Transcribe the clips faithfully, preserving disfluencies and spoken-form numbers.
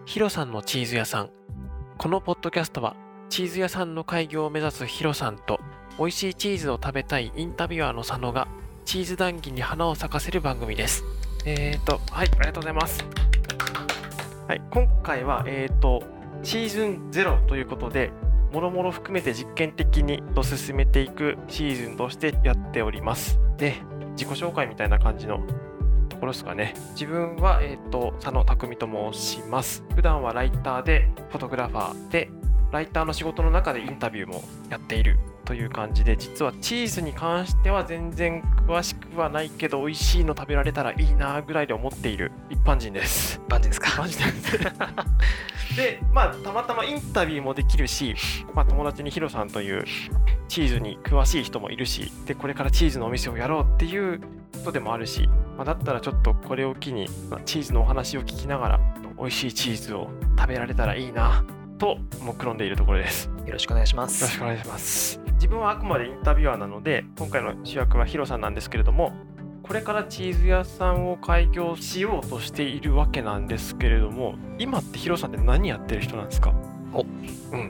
ヒロさんのチーズ屋さん。このポッドキャストはチーズ屋さんの開業を目指すヒロさんと美味しいチーズを食べたいインタビュアーの佐野がチーズ談義に花を咲かせる番組です。えーとはいありがとうございます。はい、今回はえーとシーズンゼロということで、もろもろ含めて実験的に進めていくシーズンとしてやっております。で、自己紹介みたいな感じのところですかね。自分は、えーと、佐野匠と申します。普段はライターでフォトグラファーで、ライターの仕事の中でインタビューもやっているという感じで、実はチーズに関しては全然詳しくはないけど、美味しいの食べられたらいいなぐらいで思っている一般人です。 一般人ですか。 一般人ですで、まあたまたまインタビューもできるし、まあ、友達にヒロさんというチーズに詳しい人もいるし、でこれからチーズのお店をやろうっていう人でもあるし、まあ、だったらちょっとこれを機に、まあ、チーズのお話を聞きながら美味しいチーズを食べられたらいいなと目論んでいるところです。 よろしくお願いします。 よろしくお願いします。自分はあくまでインタビュアーなので、今回の主役はヒロさんなんですけれども、これからチーズ屋さんを開業しようとしているわけなんですけれども、今ってヒロさんって何やってる人なんですか？ お、うん、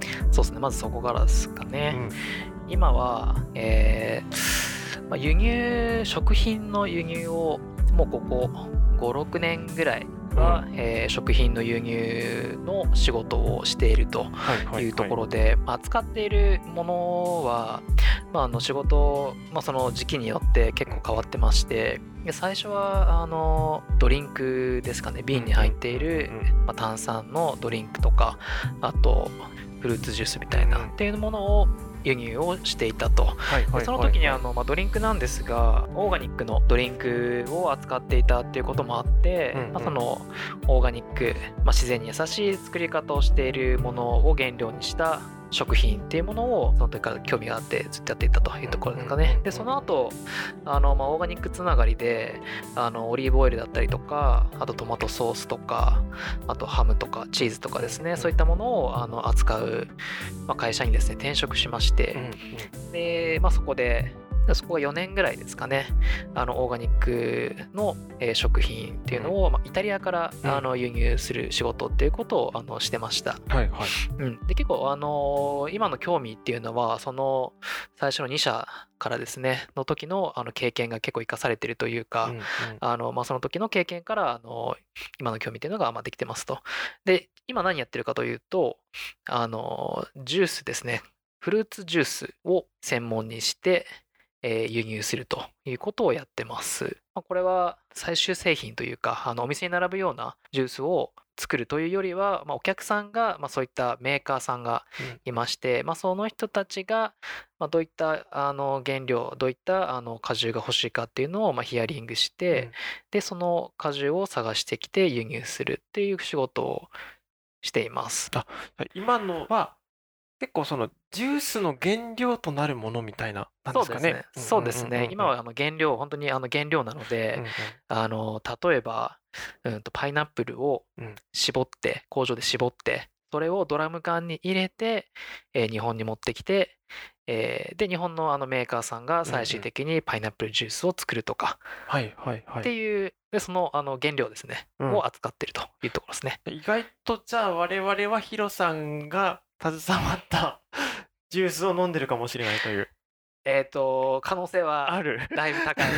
そうですね。まずそこからですかね。うん、今は、えーまあ、輸入食品の輸入をもうここご、ろくねんぐらいは、うんえー、食品の輸入の仕事をしているというところで、はいはいはいまあ、扱っているものは、まあ、あの仕事、まあ、その時期によって結構変わってまして、で最初はあのドリンクですかね、瓶に入っている、まあ、炭酸のドリンクとか、あとフルーツジュースみたいなっていうものを輸入をしていたと、はいはいはいはい、その時にあの、まあ、ドリンクなんですがオーガニックのドリンクを扱っていたっていうこともあって、うんうんまあ、そのオーガニック、まあ、自然に優しい作り方をしているものを原料にした食品っていうものをその時から興味があってずっとやっていたというところですかね。でその後あの、まあ、オーガニックつながりであのオリーブオイルだったりとか、あとトマトソースとか、あとハムとかチーズとかですね、そういったものをあの扱う、まあ、会社にですね転職しまして、で、まあ、そこでそこがよねんぐらいですかね、あのオーガニックの、えー、食品っていうのを、まあ、イタリアから、うん、あの輸入する仕事っていうことをあのしてました。はいはいうん、で結構、あのー、今の興味っていうのはその最初のに社からですねの時の、あの経験が結構生かされているというか、うんうんあのまあ、その時の経験から、あの今の興味っていうのが、まあ、できてますと。で今何やってるかというと、あのジュースですね、フルーツジュースを専門にしてえー、輸入するということをやってます。まあ、これは最終製品というか、あのお店に並ぶようなジュースを作るというよりは、まあ、お客さんが、まあ、そういったメーカーさんがいまして、うんまあ、その人たちが、まあ、どういったあの原料、どういったあの果汁が欲しいかっていうのを、まあ、ヒアリングして、うん、でその果汁を探してきて輸入するっていう仕事をしています。 あ、今のは結構そのジュースの原料となるものみたいな、なんですかね。 そうですね。今はあの原料、本当にあの原料なので、うんうん、あの例えば、うんとパイナップルを絞って、うん、工場で絞って、それをドラム缶に入れて、えー、日本に持ってきて、えー、で日本のあのメーカーさんが最終的にパイナップルジュースを作るとか、 はいはいはい、 っていうでそのあの原料ですね、うん、を扱っているというところですね。 意外とじゃあ我々はヒロさんが携わったジュースを飲んでるかもしれないという。 えっと可能性はある。 だいぶ高い。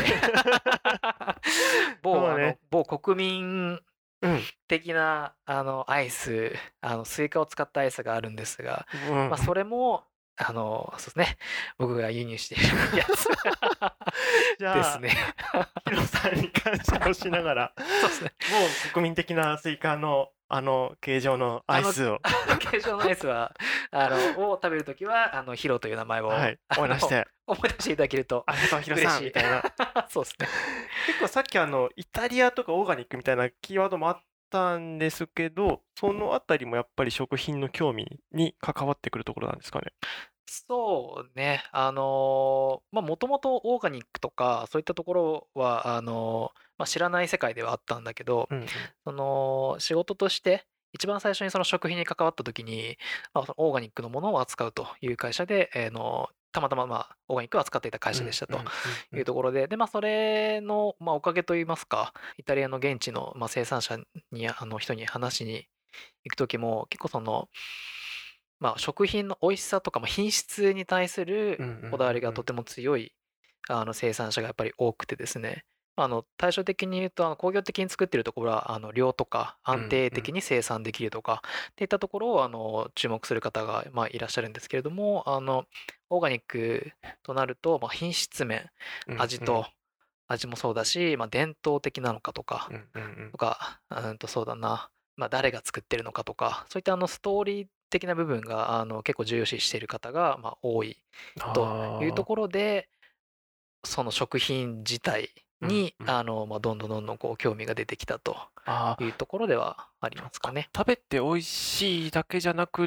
某、ね、あの某国民的な、うん、あのアイス、あのスイカを使ったアイスがあるんですが、うん、まあそれもあのそうですね、僕が輸入しているやつじゃあですね。ヒロさんに感謝をしながら、そうですね。某国民的なスイカのあの形状のアイスを、 あの形状のアイスはあのを食べるときはあのヒロという名前を、はい、 思い出して思い出していただけると、 ありがとうヒロさんみたいな。 そうですね。 結構さっきあのイタリアとかオーガニックみたいなキーワードもあったんですけど、そのあたりもやっぱり食品の興味に関わってくるところなんですかね。 そうね、あのまあもともとオーガニックとかそういったところはあの、まあ、知らない世界ではあったんだけど、うんうん、その仕事として一番最初にその食品に関わった時に、まあ、そのオーガニックのものを扱うという会社で、えー、のたまたま、まあ、オーガニックを扱っていた会社でしたというところで、で、まあ、それの、まあ、おかげといいますか、イタリアの現地の、まあ、生産者にあの人に話に行く時も結構その、まあ、食品の美味しさとか、まあ、品質に対するうんうんこだわりうんうん。 がとても強いあの生産者がやっぱり多くてですね、あの対照的に言うとあの工業的に作っているところはあの量とかう安定んうん。 的に生産できるとかっていったところをあの注目する方がまあいらっしゃるんですけれども、あのオーガニックとなると、まあ、品質面、 うんうん。 味と味もそうだし、まあ、伝統的なのかとか、 うんうんうん。 とか、うんとそうだな、まあ、誰が作ってるのかとか、そういったあのストーリー的な部分があの結構重要視している方がまあ多いというとああ。 ころで、その食品自体うんにうん。 あの、まあ、どんどんどんどんこう興味が出てきたとああ、 いうところではありそっか。 ますかね。 食べて美味しいだけじゃなくって、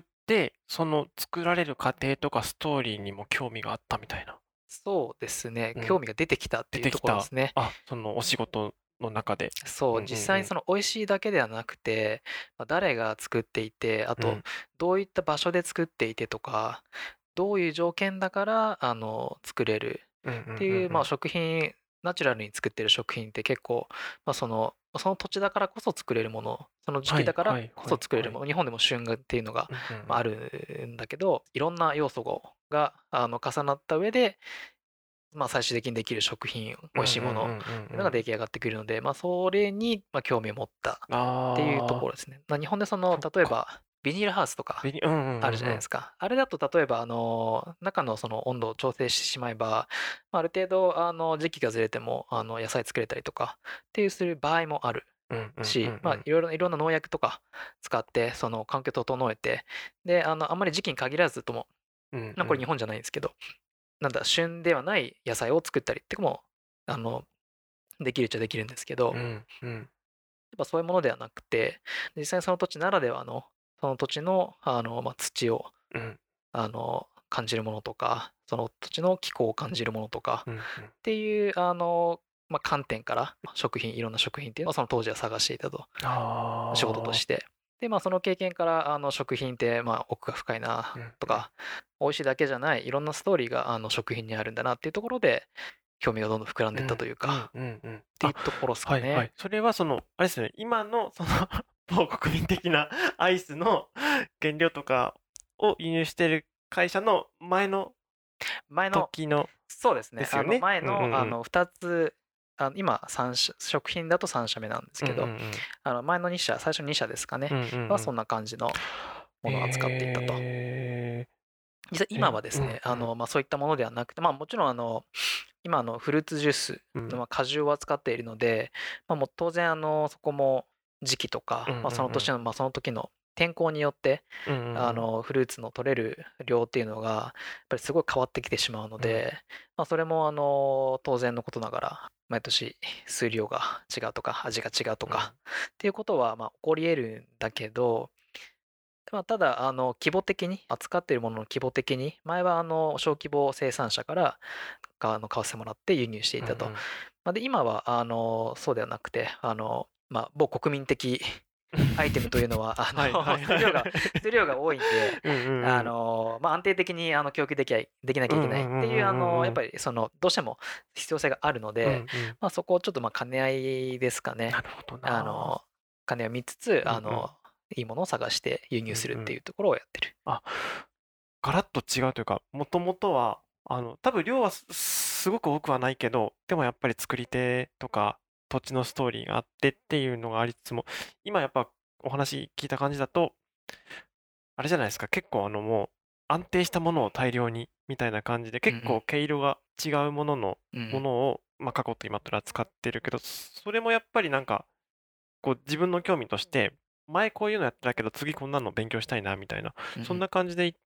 その作られる過程とかストーリーにも興味があったみたいな。 そうですね、 うん。 興味が出てきたっていうと出てきた。 ころですね。 あ、そのお仕事の中で。 そう、 うんうん実際にその美味しいだけではなくて、まあ、誰が作っていて、あうん。うとん。 どういった場所で作っていてとか、どういう条件だからあの作れるうんうんうっていう、まあ、 んうん。 食品、ナチュラルに作ってる食品って結構、まあ、その、その土地だからこそ作れるもの、その時はい期だからはいこはいはい。 そ作れるもの、日本でも旬がっていうのが、 うんうんうまあ、あん。 るんだけど、いろんな要素があの重なった上で、まあ、最終的にできる食品、美味しいものっうんうんうんうんていうのがうん。 出来上がってくるので、まあ、それにまあ興味を持ったっていうとああ、 ころですね。まあ、日本でその、 そっか。 例えばビニールハウスとかべにうんうんあるじゃうんうん。 ないですか。あれだと例えばあの中のその温度を調整してしまえば、まあ、ある程度あの時期がずれてもあの野菜作れたりとかっていうする場合もあるうんうんうんうし、まあ、 ん。 いろいろいろんな農薬とか使ってその環境を整えて、であのあんまり時期に限らずとも、 うんうん。 まあこれ日本じゃないんですけど、なんだ旬ではない野菜を作ったりってもあのできるっちゃできるんですけど、 うんうん。 やっぱそういうものではなくて、実際にその土地ならではのその土地のあの、まあ、土をうん。 あの、感じるものとか、その土地の気候を感じるものとかうんうん。 っていう、あの、まあ、観点から食品、いろんな食品っていうのをその当時は探していたと、仕事とああ。 して。で、まあ、その経験から、あの、食品って、まあ、奥が深いなうんうん。 とか、美味しいだけじゃない、いろんなストーリーが、あの、食品にあるんだなっていうところで、興味がどんどん膨らんでいったうんというか、 うんうんうん。 っていうあ、 ところですかね。 はいはい。それはその、あれですね、今のその某国民的なアイスの原料とかを輸入してる会社の前の前の、 時のそうですね、あの、 ですよね。 前の、 うんうんうん。 あの、ふたつ、あの、今、三社食品だとさん社目なんですうんうんうけど、 ん。 あの、前のに社、最初に社ですかね、 うんうんうはそんん。 な感じのものを扱っていたと。 へえ。 実際今え、 はですね、 うんうん。 あの、まあ、そういったものではなくて、まあ、もちろんあの、今あのフルーツジュースの、 うん。 まあ、果汁を扱っているので、まあ、もう当然あの、そこも時期とか、 うんうんうまあ、その年ん。 の、まあ、その時の天候によって、 うんうんうん。 あの、フルーツの取れる量っていうのが、やっぱりすごい変わってきてしまうのうん。 で、まあ、それもあの、当然のことながら、毎年数量が違うとか、味が違うとうん。 かっていうことは、まあ、起こり得るんだけど、まあ、ただ、あの、規模的に、扱っているものの規模的に、前は、あの、小規模生産者から、あの、買わせてもらって輸入していたと。 うんうん。 まあ、で、今は、あの、そうではなくて、あの、まあ、某国民的アイテムというのは、あの、 はいはい数量が、 はい。 数量が多いんで、 うんうんあうん。 の、まあ、安定的に、あの、供給できない、できなきうんうんうゃいけないっていう、あの、やっんうんうんうん。 ぱり、その、どうしても必要性があるのうんうで、 ん。 まあ、そこをちょっと、まあ、兼ね合いですかね。 なるほどな。 あの、兼ね合い見つつ、 うんうん。 あの、いいものを探して輸入するっうんうん。 ていうところをやってる。 あ、ガラッと違うというか、もともとは、あの、多分量はすすごく多くはないけど、でもやっぱり作り手とか、土地のストーリーがあってっていうのがありつつも、今やっぱお話聞いた感じだと、あれじゃないですか、結構あのもう安定したものを大量にみたいな感じで、結構うんうん。 毛色が違うもののうんうん。 ものを、まあ、過去と今とで扱ってるけど、それもやっぱりなんか、こう自分の興味として、前こういうのやってたけど、次こんなの勉強したいなみたいな、 うんうん。 そんな感じで行って、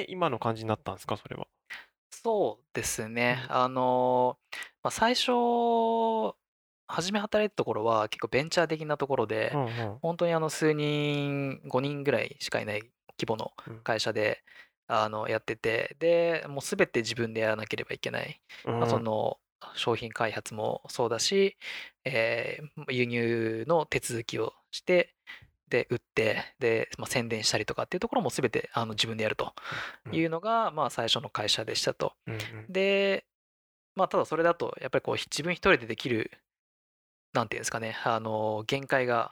今の感じになったんですか、それは。 そうですね。 うん。 あの、まあ、最初、初め働いたところは結構ベンチャー的なところで、 うんうん。 本当にあの数人、ごにんぐらいしかいない規模のうん。 会社で、あの、やってて、で、もう全て自分でやらなければいけない。まあ、そうん。 の、商品開発もそうだし、えー輸入の手続きをして、で、売って、で、まあ、宣伝したりとかっていうところも全てあの自分でやるとうん。 いうのが、まあ、最初の会社でしたと。 うんうん。 で、まあ、ただそれだと、やっぱりこう、自分一人でできる、なんていうんですかね、あの、限界が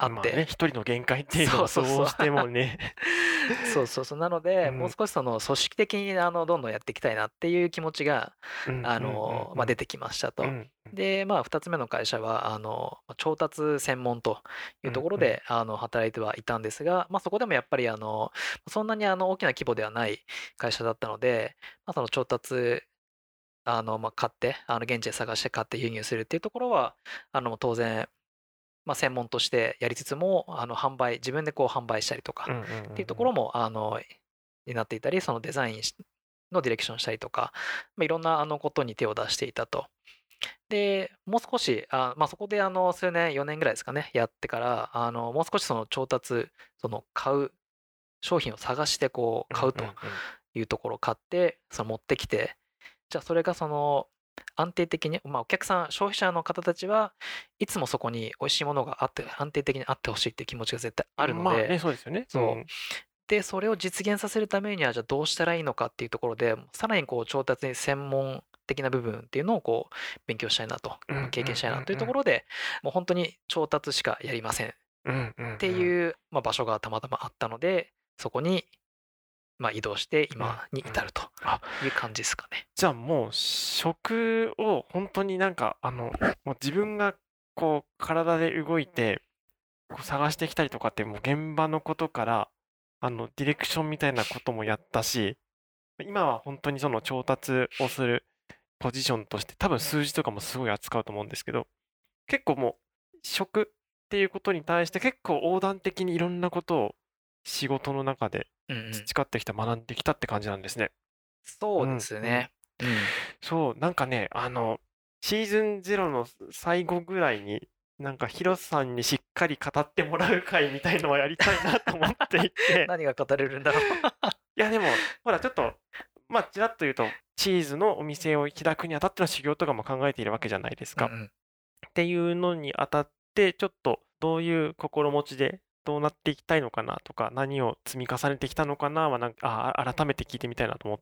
あっまあね、 て、 一人の限界っていうのそうそうそうはどうしてもね。 そうそうそうなのうで、もうん、 少しその組織的にあのどんどんやっていきたいなっていう気持ちがうん、 あうん、うん、 の、まあ、出うん、 てきましたと。 うん、 で、まあ、ふたつめの会社はあの調達専門というん、 うところうん、 であの働いてはいたんですが、まあ、そこでもやっぱりあのそんなにあの大きな規模ではない会社だったので、まあ、その調達あの、まあ、買ってあの現地で探して買って輸入するっていうところはあの当然まあ、専門としてやりつつも、あの販売、自分でこう販売したりとかうん、うん、うっていうところん、 も、あの、になっていたり、そのデザインしのディレクションしたりとか、まあ、いろんなあのことに手を出していたと。で、もう少し、あ、まあ、そこであの数年、よねんぐらいですかね、やってから、あの、もう少しその調達、その買う、商品を探してこううん、 買うとうん、うん、 いうところを買って、その持ってきて、じゃあそれがその安定的に、まあ、お客さん、消費者の方たちはいつもそこに美味しいものがあって、安定的にあってほしいっていう気持ちが絶対あるので、 まあね、そうですよね。うそう。 ん、 で、それを実現させるためには、じゃあどうしたらいいのかっていうところで、さらにこう調達に専門的な部分っていうのをこう勉強したいなと、 うん、うん、 経験したいなといううん、 ところで、もう本当に調達しかやりませんっうん、うん、うん、 ていう、まあ、場所がたまたまあったので、そこにまあ移動してうん、 今にうん。 至るとあ、 いう感じですかね。 じゃあもう食を本当になんかあの、もう自分がこう体で動いて、こう探してきたりとかってもう現場のことから、あのディレクションみたいなこともやったし、今は本当にその調達をするポジションとして、多分数字とかもすごい扱うと思うんですけど、結構もう食っていうことに対して結構横断的にいろんなことを仕事の中でうんうん。 培ってきた、学んできたって感じなんですね。うそうでん、うん。 すね。うん。 そう、なんかね、あの、シーズンゼロの最後ぐらいに、なんかヒロさんにしっかり語ってもらう会みたいのはやりたいなと思っていて、 何が語れるんだろう。 いやでも、ほらちょっと、まあちらっと言うと、チーズのお店を開くにあたっての修行とかも考えているわけじゃないですか。 うんうん。 っていうのにあたって、ちょっとどういう心持ちでどうなっていきたいのかなとか、何を積み重ねてきたのかなはなんか、あ、改めて聞いてみたいなと思って、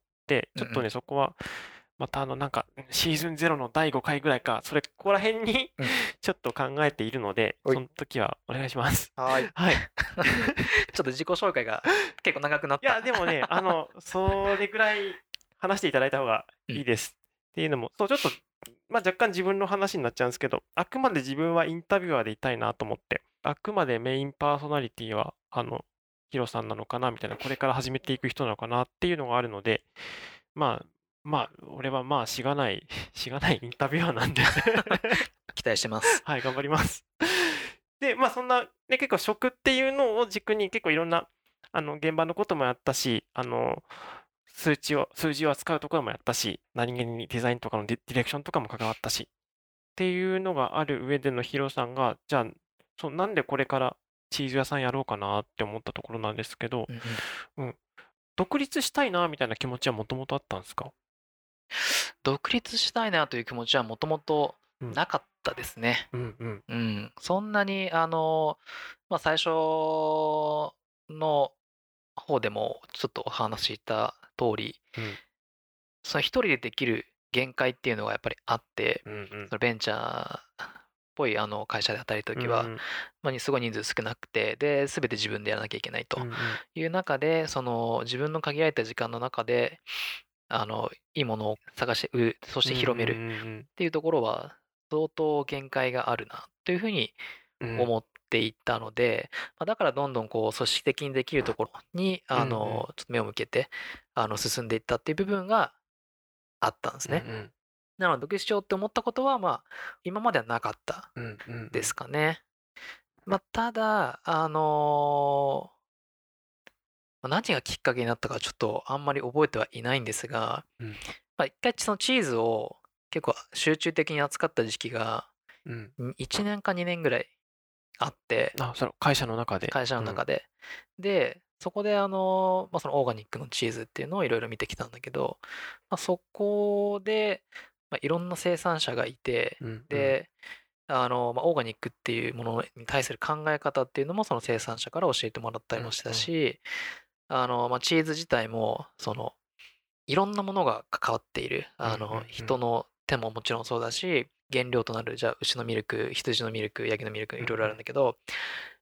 うんうん。 ちょっとね、そこはまたあのなんかシーズンゼロのだいごかいぐらいか、それここら辺にうん。 ちょっと考えているので、 おい。 その時はお願いします。 はーい。 はい。 ちょっと自己紹介が結構長くなった。 いや、でもね、あの、それぐらい話していただいた方がうん。 いいです。っていうのも、そう、ちょっと、まあ、若干自分の話になっちゃうんですけど、あくまで自分はインタビュアーでいたいなと思って、あくまでメインパーソナリティは、あの、ヒロさんなのかなみたいな、これから始めていく人なのかなっていうのがあるので、まあ、まあ、俺はまあ、しがない、しがないインタビュアーなんで期待してます。 はい、頑張ります。で、まあ、そんな、ね、結構食っていうのを軸に結構いろんな、あの、現場のこともやったし、あの、数値を、数字を扱うところもやったし、何気にデザインとかのディディレクションとかも関わったし、っていうのがある上でのヒロさんが、じゃあ、そう、なんでこれからチーズ屋さんやろうかなって思ったところなんですけど、 うんうん。 うん、独立したいなみたいな気持ちはもともとあったんですか？ 独立したいなという気持ちはもともとうん、 なかったですね。 うん、うん、 うん。そんなにあの、まあ、最初の方でもちょっとお話しした通り、 うん、 その一人でできる限界っていうのがやっぱりあって、 うん、うん、 そのベンチャーっぽいあの会社で働いた時は、 うん、 まあ、すごい人数少なくて、で、全て自分でやらなきゃいけないとうん、うん、 いう中で、その自分の限られた時間の中で、あの、いいものを探して売る、そしうん、うて広めるん、 っていうところは、相当限界があるなというふうにうん、 思っていったので、まあ、だからどんどんこう組織的にできるところに、 うん、うん、 あの、ちょっと目を向けて、あの、進んでいったっていう部分があったんですうん、うね。 ん、 なので、独立しようって思ったことは、まあ、今まではなかったうん、うん、 ですかね。まあ、ただ、あのまあ何がきっかけになったかちょっとあんまり覚えてはいないんですが、 うん、 まあ、一回そのチーズを結構集中的に扱った時期が、 うん。 んいちねんかにねんぐらいあって、 あ、その会社の中で。 会社のうん。 中で。で、そこであの、まあ、そのオーガニックのチーズっていうのをいろいろ見てきたんだけど、まあ、そこで、まあ、いろんな生産者がいて、 うん、うん、 で、あの、まあ、オーガニックっていうものに対する考え方っていうのもその生産者から教えてもらったうん、 りもしたうん、 し、あの、まあ、チーズ自体も、その、いろんなものが関わっている。 うん、 あの、 うん、うん、 人の手ももちろんそうだし、原料となる、じゃあ、牛のミルク、羊のミルク、ヤギのミルク、いろいろあるんだけど、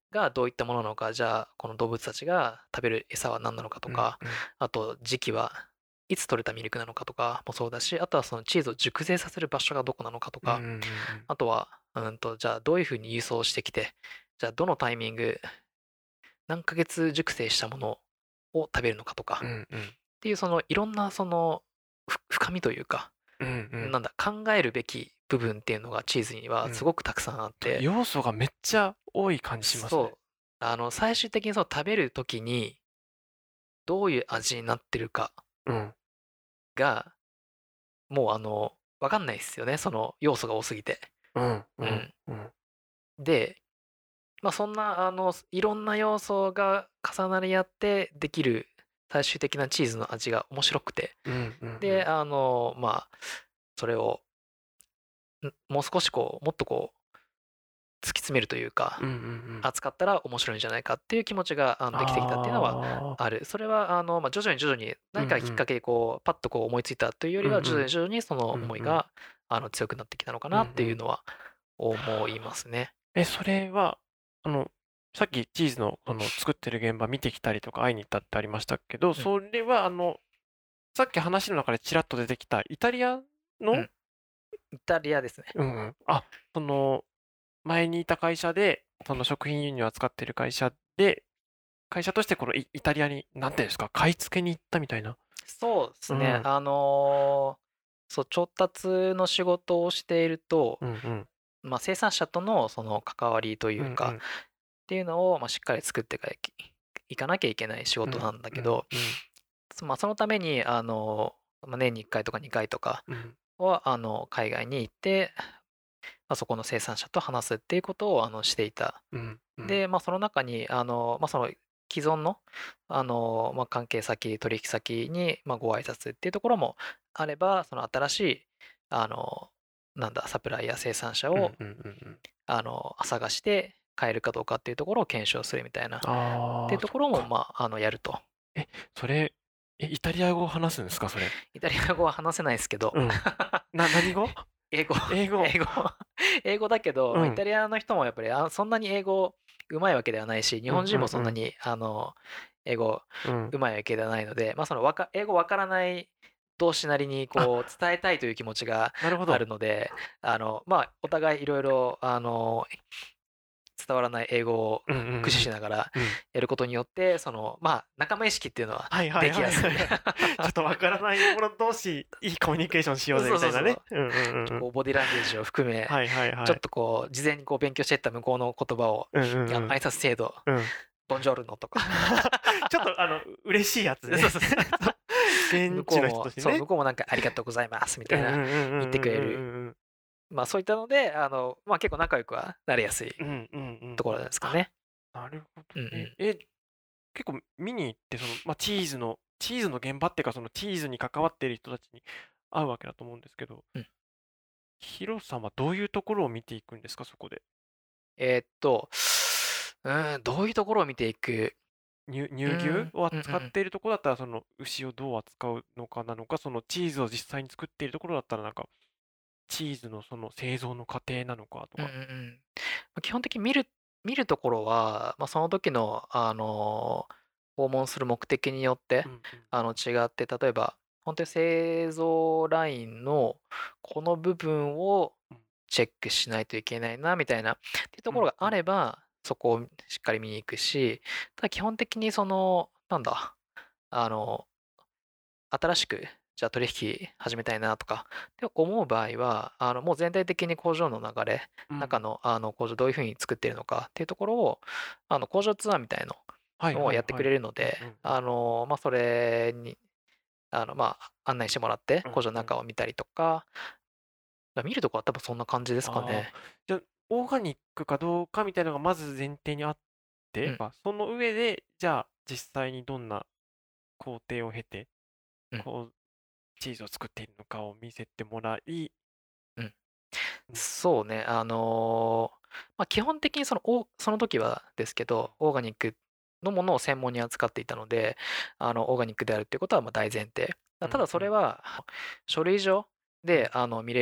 がどういったものなのか、じゃあこの動物たちが食べる餌は何なのかとか、 うんあと時期はいつ取れたミルクなのかとかもそうだし、あとはそのチーズを熟成させる場所がどこなのかとか、 うんうんうんうんあとは、うんと、じゃあどういうふうに輸送してきて、じゃあどのタイミング、何ヶ月熟成したものを食べるのかとか、っうんうんていうそのいろんなそのふ深みというか、 うんうんなんだ、考えるべき部分っていうのがチーズにはすごくたくさんあって、 要素がめっちゃ多い感じしますね。 そう、あの、最終的にその食べるときにどういう味になってるかうんが、もうあの、わかんないですよね、その要素が多すぎて。 うんううん。 んうんで、まあそんな、あの、いろんな要素が重なり合ってできる最終的なチーズの味が面白くて、 うんうんで、あの、まあ、それを、んもう少しこう、もっとこう、突き詰めるというか、 うんうんうん扱ったら面白いんじゃないかっていう気持ちがあのできてきたっていうのはああある。それはあの、まあ、徐々に徐々に何かきっかけでこうパッとこう思いついたというよりは徐々に徐々にその思いがあの強くなってきたのかなっていうのは思いますね。 え、それは、あの、さっきチーズのその作ってる現場見てきたりとか会いに行ったってありましたけど、 うんそれはあの、さっき話の中でちらっと出てきたイタリアの、 うんイタリアですね。 うんうん、あ、その、前にいた会社で、その食品輸入を扱ってる会社で、会社としてこのイイタリアに、なんていうんですか、買い付けに行ったみたいな。 そうですね。 うん、 あのーそう、調達の仕事をしていると、 うんうん、 まあ、生産者とのその関わりというか、っうんうん、 ていうのをまあしっかり作っていかいかなきゃいけない仕うん、 事なんだうん、 けど、 うん、 そまあ、そのために、あの、まあ、年にいっかいとかにかいとかうん、 は、あの、海外に行って、まあ、そこの生産者と話すっていうことを、あの、していた。 うん、うん、 で、まあ、その中に、あの、まあ、その既存の、あの、まあ、関係先、取引先に、まあ、ご挨拶っていうところもあれば、その新しい、あの、なんだ、サプライヤー生産者を、 うんうんうんうん。 あの、探して買えるかどうかっていうところを検証するみたいな、っていうああ、 ところも、 そっか。 まあ、あの、やると。 え、それ、え、イタリア語を話すんですか、それ。 イタリア語は話せないですけど、 うん。な、何語？ 英語、 英語。 英語、英語だけど、まあ、イうん。 タリアの人もやっぱりあそんなに英語うまいわけではないし、日うん本人もそんなうんうん。 にあの英語うん。 うまいわけではないので、まあ、そのわか英語わからない同士なりにあ、 こう伝えたいという気持ちがあなるほど。 るので、あのまあ、お互いいろいろあの伝わらない英語をうんうんうん。 駆使しながらうん。 やることによって、そのまあ仲間意識っていうのははいはいできやすい。 はいはい。ちょっとわからない者同士、いいコミュニケーションしようぜそうそうそう。 みたいなね。うんうんうんうん。 こうボディランゲージを含め、 はいはいはい。 ちょっとこう事前にこう勉強していった向こうの言葉を、 うんうんうん。 あの挨拶程度、 うん。 ボンジョルノとか。 ちょっとあの、嬉しいやつね。 そうそうそう。向現地の人こうも、そう、 としてね。 向こうもなんかありがとうございますみたいなうんうんうんうんうん言ってくれる。 うんうん。 まあそういったので、あの、まあ結構仲良くはなりやすいうんうんうんうん。 ところですかあ、 ね。 なるほどね。 うんうん。 え、結構見に行って、その、まあ、チーズのチーズの現場っていうか、そのチーズに関わっている人たちに会うわけだと思うんですけど、 うん。 ヒロさんはどういうところを見ていくんですか、そこで。 えーっと、うーん、どういうところを見ていく。 乳う乳牛ーん、 をうんうんうん。 扱っているところだったら、その牛をどう扱うのかなのか、そのチーズを実際に作っているところだったら、なんか、チーズのその製造の過程なのかとうんうんか。 うん。ま、基本的に見る見るところは、まあ、その時の、あの、訪問する目的によって、 うんうん。 あの、違って、例えば、ほんとに製造ラインのこの部分をうん。 チェックしないといけないなみたいなっていうところがあうんうん。 れば、そこをしっかり見に行くし、ただ基本的にその、なんだ、あの、新しく、じゃあ取引始めたいなとかって思う場合は、あの、もう全体的に工場の流れ、 うん。 中の、あの、工場どういう風に作っているのかっていうところを、あの、工場ツアーみたいはいのをはいはい。 やってくれるのうんで、 うんうん。 あの、ま、それに、あの、まあ、案内してもらってうん工場のうん。 中を見たりとか、ま、見るとこは多分そんな感じですかああ、 ね。 じゃ、オーガニックかどうかみたいなのがまず前提にあっうん、 て、ま、その上で、じゃあ実際にどんな工程を経て、 うん、 こうチーズを作っているのかを見せてもらい、 うん。 うん、 そうね、あの、ま、基本的にその、おその時はですけど、オーガニックのものを専門に扱っていたので、あの、オーガニックであるっていうことは、ま、大前提。 うただんうんそれは、書類上うんで、あの、見れる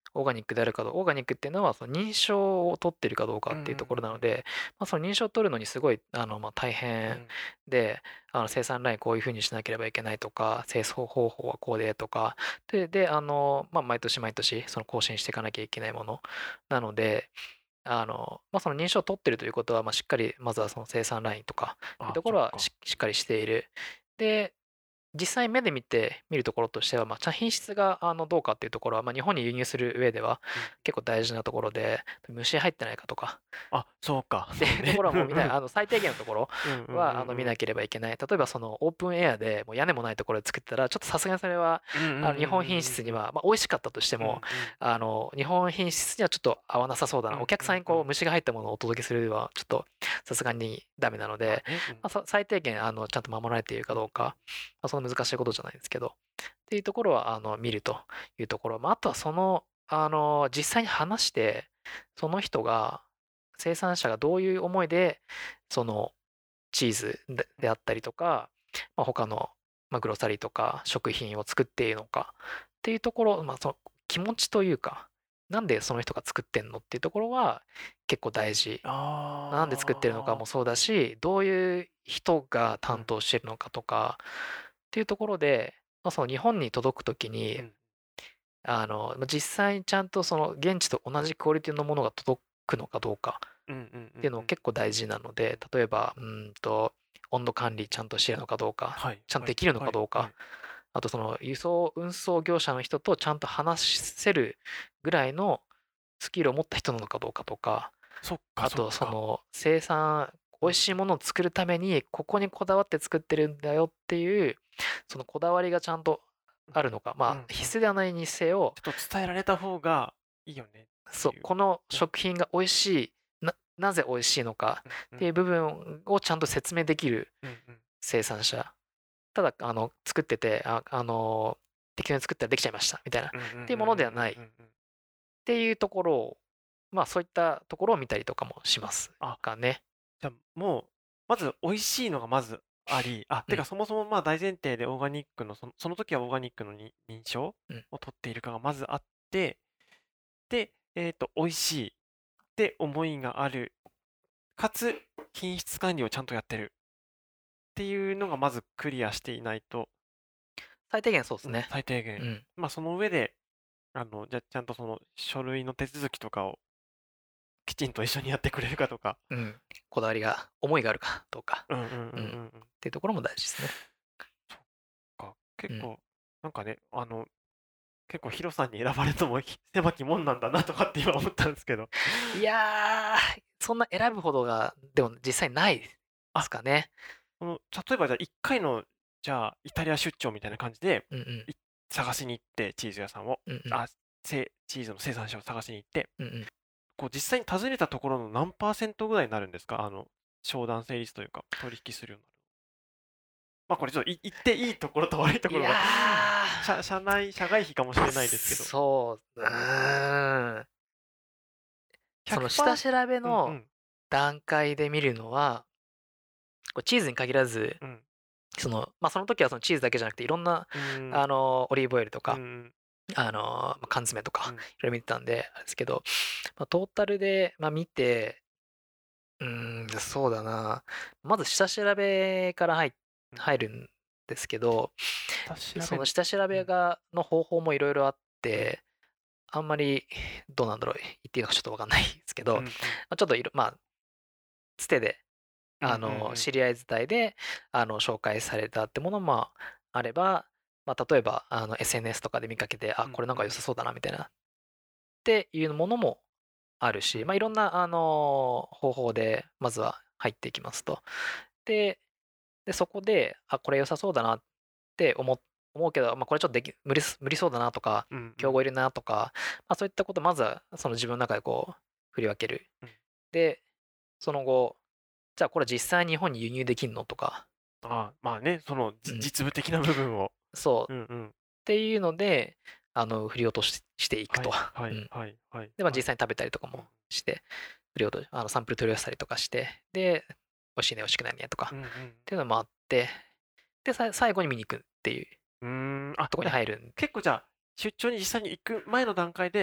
オーガニックであるかどうか、オーガニックっていうのはその認証を取ってるかどうかっていうところなので、まあ、その認証を取るのにすごいあの、まあ、大う変んで、あの生産ラインこういうふうにしなければいけないとか、清掃方法はこうでとか、で、であのまあ、毎年毎年その更新していかなきゃいけないものなので、あのまあ、その認証を取ってるということは、まあ、しっかりまずはその生産ラインとかっていうあ、 とこそっか。 ろはししっかりしている。で、実際目で見て見るところとしては、まあ、茶品質があのどうかっていうところは、まあ、日本に輸入する上ではうん結構大事なところで、虫入ってないかとかあ、そうか。 っていうところはもう見ない、あの最低限のところうんうんうんはあのうんうん見なければいけない。例えばそのオープンエアでもう屋根もないところで作ってたら、ちょっとさすがにそれはうんうんうんうんあの日本品質には、まあ、美味しかったとしてうんうんも、あの日本品質にはちょっと合わなさそうだな。 うんお客さんにこう虫が入ったものをお届けするのはちょっとさすがにダメなので、 まあねうんまあ、さ最低限あのちゃんと守られているかどうか、まあ、その難しいことじゃないですけど、っていうところはあの見るというところ、まあ、あとはその、あの実際に話して、その人が、生産者がどういう思いで、そのチーズでであったりとか、まあ、他の、まあ、グロサリーとか食品を作っているのかっていうところ、まあ、その気持ちというか、なんでその人が作ってんのっていうところは結構大事。なんで作ってるのかあもそうだし、どういう人があ、うん担当してるのかとかっていうところで、まあ、その日本に届くときに、 うんあの、まあ実際にちゃんとその現地と同じクオリティのものが届くのかどうかうんうんうんっていうのうん結構大事なので、例えば、うーんと、温度管理ちゃんとしてるのかどうか、 はいはいちゃんとできるのはいかどうか、 はいあとその輸送、運送業者の人とちゃんと話せるぐらいのスキルを持った人なのかどうかとか、 そっかあとそそっか。 の生産、美味しいものを作るためにここにこだわって作ってるんだよっていう、そのこだわりがちゃんとあるのか、まあうんうん必須ではないにせよ、 ちょっと伝えられた方がいいよねってそう、 いう。 この食品が美味しい、な、なぜ美味しいのかうんっていう部分をちゃんと説明できるうんうん生産者。ただ、あの、作ってて、あ、あの、適当に作ったらできちゃいましたみたいなっうんうんうんうんていうものではないっうんうんうんていうところを、まあそういったところを見たりとかもしますあ、 かね。 じゃあもう、まず美味しいのがまずあり、あ、 うん、 てかそもそもまあ大前提でオーガニックの、その、その時はオーガニックのに認証うん。 を取っているかがまずあって、で、えっと、美味しいって思いがある、かつ品質管理をちゃんとやってるっていうのがまずクリアしていないと、 最低限そうでうん、 すね。 最低限。 うん。 まあその上で、あの、じゃあちゃんとその書類の手続きとかをきちんと一緒にやってくれるかとか。 うん。こだわりが、思いがあるかどうか。 うんうんうんうんうん。っうん。 ていうところも大事ですね。 そっか。結うん。 構、なんかね、あの、結構ヒロさんに選ばれるのもひ狭き門なんだなとかって今思ったんですけど。 いやー、そんな選ぶほどが、でも実際ないであ、 すかね。 この、例えばじゃあいっかいの、じゃあイタリア出張みたいな感じで、 うんうん。 い探しに行って、チーズ屋さんを、 うんうん。 あ、せチーズの生産者を探しに行って、 うんうん。 こう実際に訪ねたところの何パーセントぐらいになるんですかあの、商談成立というか、取引するようになる。まあこれちょっとい言っていいところと悪いといやころが社、社内、社外費かもしれないですけど、 そう、うーん。その下調ひゃくパーセント、 べのうんうん段階で見るのは、こうチーズに限らず、 うんその、まあ、その時はそのチーズだけじゃなくて、いろんな、 うんあの、オリーブオイルとか、 うんあの、まあ缶詰とか、 うんいろいろ見てたんで、あれですけど、まあ、トータルで、まあ、見て、うーん、そうだな。まず下調べから入うん入るんですけど、 下調べその下調べが、の方法もいろいろあって、あんまり、どうなんだろう、言っていいのかちょっとわかんないですけど、 うんうんまあ、ちょっといろ、まあ、つてで、あの、 うんうんうん知り合い伝いで、あの、紹介されたってものもあれば、まあ、例えば、あの、エスエヌエス とかで見かけて、あ、 うんこれなんか良さそうだな、みたいな、っていうものもあるし、まあ、いろんな、あの、方法で、まずは入っていきますと。で、で、そこで、あ、これ良さそうだなって思っ思うけど、まあ、これちょっとでき無理す無理そうだなとか、 うん競合いるなとか、まあ、そういったことまずはその自分の中でこう振り分ける。 うんで、その後、じゃあこれ実際に日本に輸入できんのとか、 ああ、まあね、そのじうん、 実務的な部分を。 そうっうんうん。 ていうので、あの振り落とししていくと。 はいはうん、 いはいはいで、まあ、 はい。 実際に食べたりとかもして、振り落とあのサンプル取り寄せたりとかして、で、美味しいね、美味しくないねとかうんうん。 っていうのもあって、で、さ最後に見に行くっていううーん、あ、 ところじゃあに入るん。 結構じゃあ、出張に実際に行く前の段階で、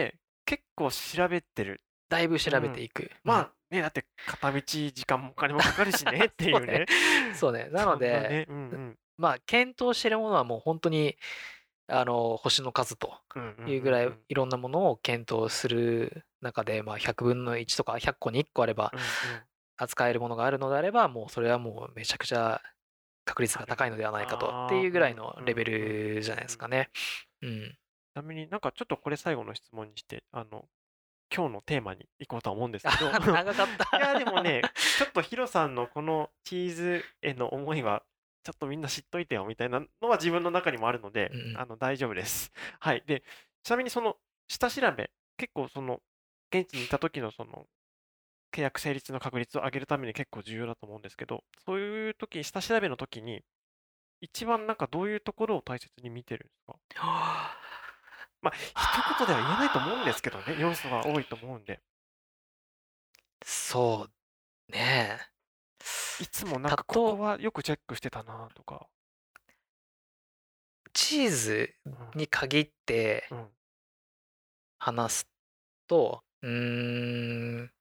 結構調べてる。 だいぶ調べていく。 まあね、だって片道時間もお金もかかるしねっていうね。 そうね。なので、 ねうんうん、 まあ検討しているものはもう本当にあの星の数というぐらいいろんなものを検討する中で、まあ、ひゃくぶんのいちとかひゃっこにいっこあれば扱えるものがあるのであればもうそれはもうめちゃくちゃ確率が高いのではないかとっていうぐらいのレベルじゃないですかね。うん。 ちなみになんかちょっとこれ最後の質問にしてあの今日のテーマに行こうとは思うんですけど長かったいやでもねちょっとヒロさんのこのチーズへの思いはちょっとみんな知っといてよみたいなのは自分の中にもあるので、うんうん、あの大丈夫です。はい。で、ちなみにその下調べ、結構その現地にいた時のその契約成立の確率を上げるために結構重要だと思うんですけど、そういう時、下調べの時に一番なんかどういうところを大切に見てるんですか？まあ、一言では言えないと思うんですけどね、要素が多いと思うんで。 そうね。 いつもなんかここはよくチェックしてたなとか。 チーズに限って話すと、うーん、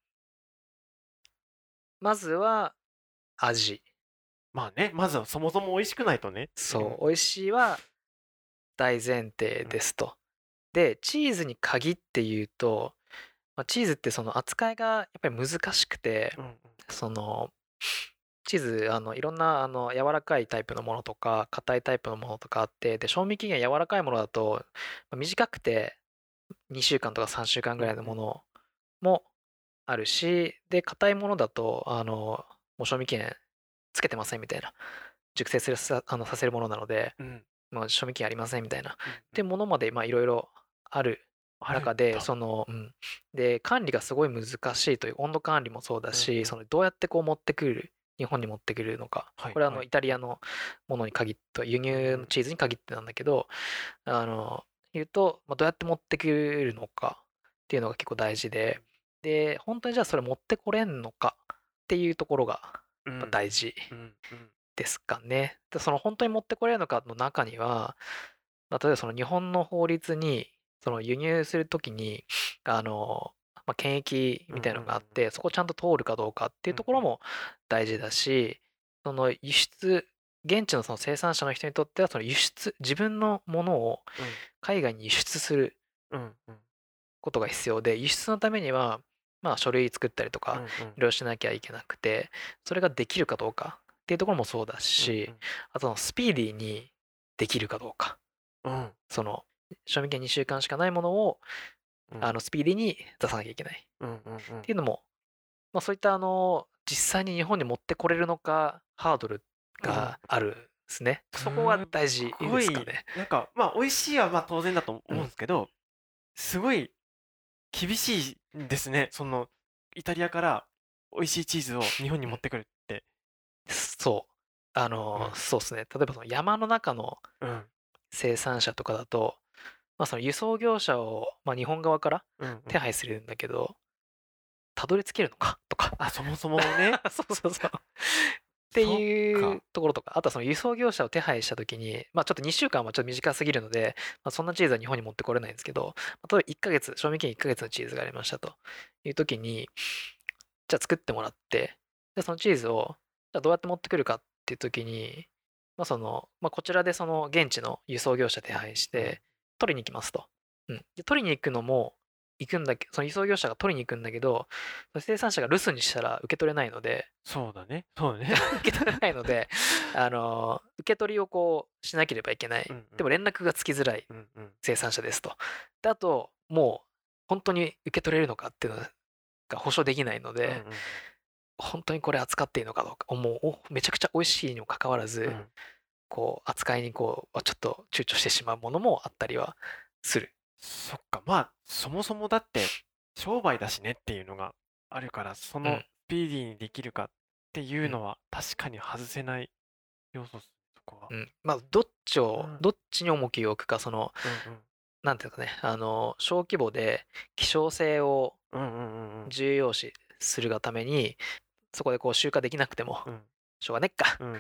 まずは味。 まあね、まずはそもそも美味しくないとね。 そう、美味しいは大前提ですと。で、チーズに限って言うと、まあ、チーズってその扱いがやっぱり難しくて、うんうん、そのチーズあのいろんなあの柔らかいタイプのものとか硬いタイプのものとかあって、で賞味期限柔らかいものだと、まあ、短くてにしゅうかんとかさんしゅうかんぐらいのものもあるし、で硬いものだとあのもう賞味期限つけてませんみたいな、熟成するさあのさせるものなので、うん、まあ、賞味期限ありませんみたいな、うん、っていうものまでいろいろある中で、その、うん、で管理がすごい難しいという、温度管理もそうだし、うんうん、そのどうやってこう持ってくる日本に持ってくるのか、はい、これはあの、はい、イタリアのものに限って輸入のチーズに限ってなんだけど、うん、あの言うと、まあ、どうやって持ってくるのかっていうのが結構大事で、で本当にじゃあそれ持ってこれんのかっていうところが大事ですかね。でその本当に持ってこれるのかの中には、例えばその日本の法律にその輸入するときにあの、まあ、検疫みたいなのがあって、そこちゃんと通るかどうかっていうところも大事だし、その輸出現地のその生産者の人にとってはその輸出自分のものを海外に輸出することが必要で、輸出のためにはまあ書類作ったりとかいろいろしなきゃいけなくて、それができるかどうかっていうところもそうだし、あとスピーディーにできるかどうか、その賞味期限にしゅうかんしかないものをあのスピーディーに出さなきゃいけないっていうのも、まあ、そういったあの実際に日本に持ってこれるのかハードルがあるんですね。そこは大事ですかね。 なんかまあ美味しいはまあ当然だと思うんですけど、うん、すごい厳しいんですね。そのイタリアから美味しいチーズを日本に持ってくるって。 うん、そうあの、うん、そうですね。例えばその山の中の生産者とかだと、まあ、その輸送業者を、まあ、日本側から手配するんだけど、うんうん、たどり着けるのかとか、 あそもそもねそうそうそうっていうところとか、あとはその輸送業者を手配したときに、まあ、ちょっとにしゅうかんはちょっと短すぎるので、まあ、そんなチーズは日本に持ってこれないんですけど、例えばいっかげつ、賞味期限いっかげつのチーズがありましたというときに、じゃあ作ってもらって、でそのチーズをじゃあどうやって持ってくるかっていうときに、まあそのまあ、こちらでその現地の輸送業者手配して取りに行きますと。うん、で取りに行くのも行くんだけど、その輸送業者が取りに行くんだけど、生産者が留守にしたら受け取れないので、 そうだね、そうだね受け取れないので、あの受け取りをこうしなければいけない。うんうん、でも連絡がつきづらい生産者ですと。であともう本当に受け取れるのかっていうのが保証できないので、うんうん、本当にこれ扱っていいのかどうか、もうめちゃくちゃ美味しいにもかかわらず、うん、こう扱いにこうちょっと躊躇してしまうものもあったりはする。 そっか、まあそもそもだって商売だしねっていうのがあるから、そのスピーディーにできるかっていうのは確かに外せない要素、そこは。 うん、まあどっちを、うん、どっちに重きを置くか、その、うんうん、なんていうかね、あの小規模で希少性を重要視するがために、そこでこう集荷できなくても、うん、しょうがねっか、うん、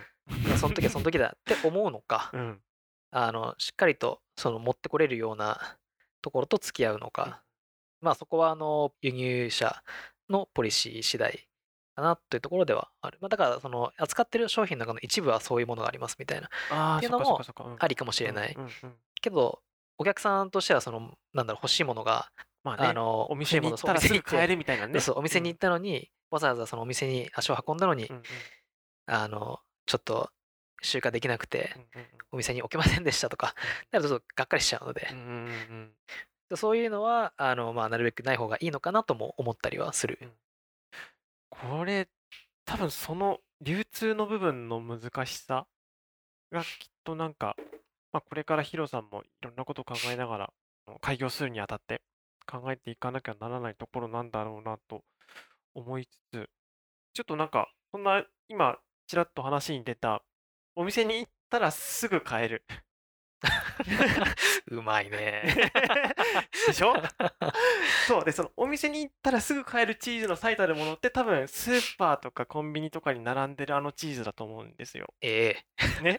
その時はその時だって思うのか、うん、あのしっかりとその持ってこれるようなところと付き合うのか、 まあそこはあの輸入者のポリシー次第かなというところではある。まあ、だからその扱ってる商品の中の一部はそういうものがありますみたいなっああ、そっていうのもかそっかそっか。うん。 ありかもしうんれない。 うんうん。 けど、お客さんとしてはその、なんだろう、欲しいものが、 まあね、 あの、 お欲しいもの、そう、お店に行ったら店に行って、 すぐ買えるみたいなね。 そうそう、お店に行ったのに、わざわざそのお店に足を運んだのに、 うんうんあの、ちょっと集荷できなくて、 うんうんうんお店に置けませんでしたとか、なるとちょっとがっかりしちゃうので、 うんうんうんでそういうのは、あの、まあ、なるべくない方がいいのかなとも思ったりはする。 うん。これ、多分その流通の部分の難しさがきっとなんか、まあ、これからヒロさんもいろんなことを考えながらあの開業するにあたって考えていかなきゃならないところなんだろうなと思いつつ、ちょっとなんか、そんな今、ちらっと話に出た、お店に行ったらすぐ買える。 うまいね。 でしょ。そうで、そのお店に行ったらすぐ買えるチーズの最たるものって多分スーパーとかコンビニとかに並んでるあのチーズだと思うんですよ。 ええ。 ね。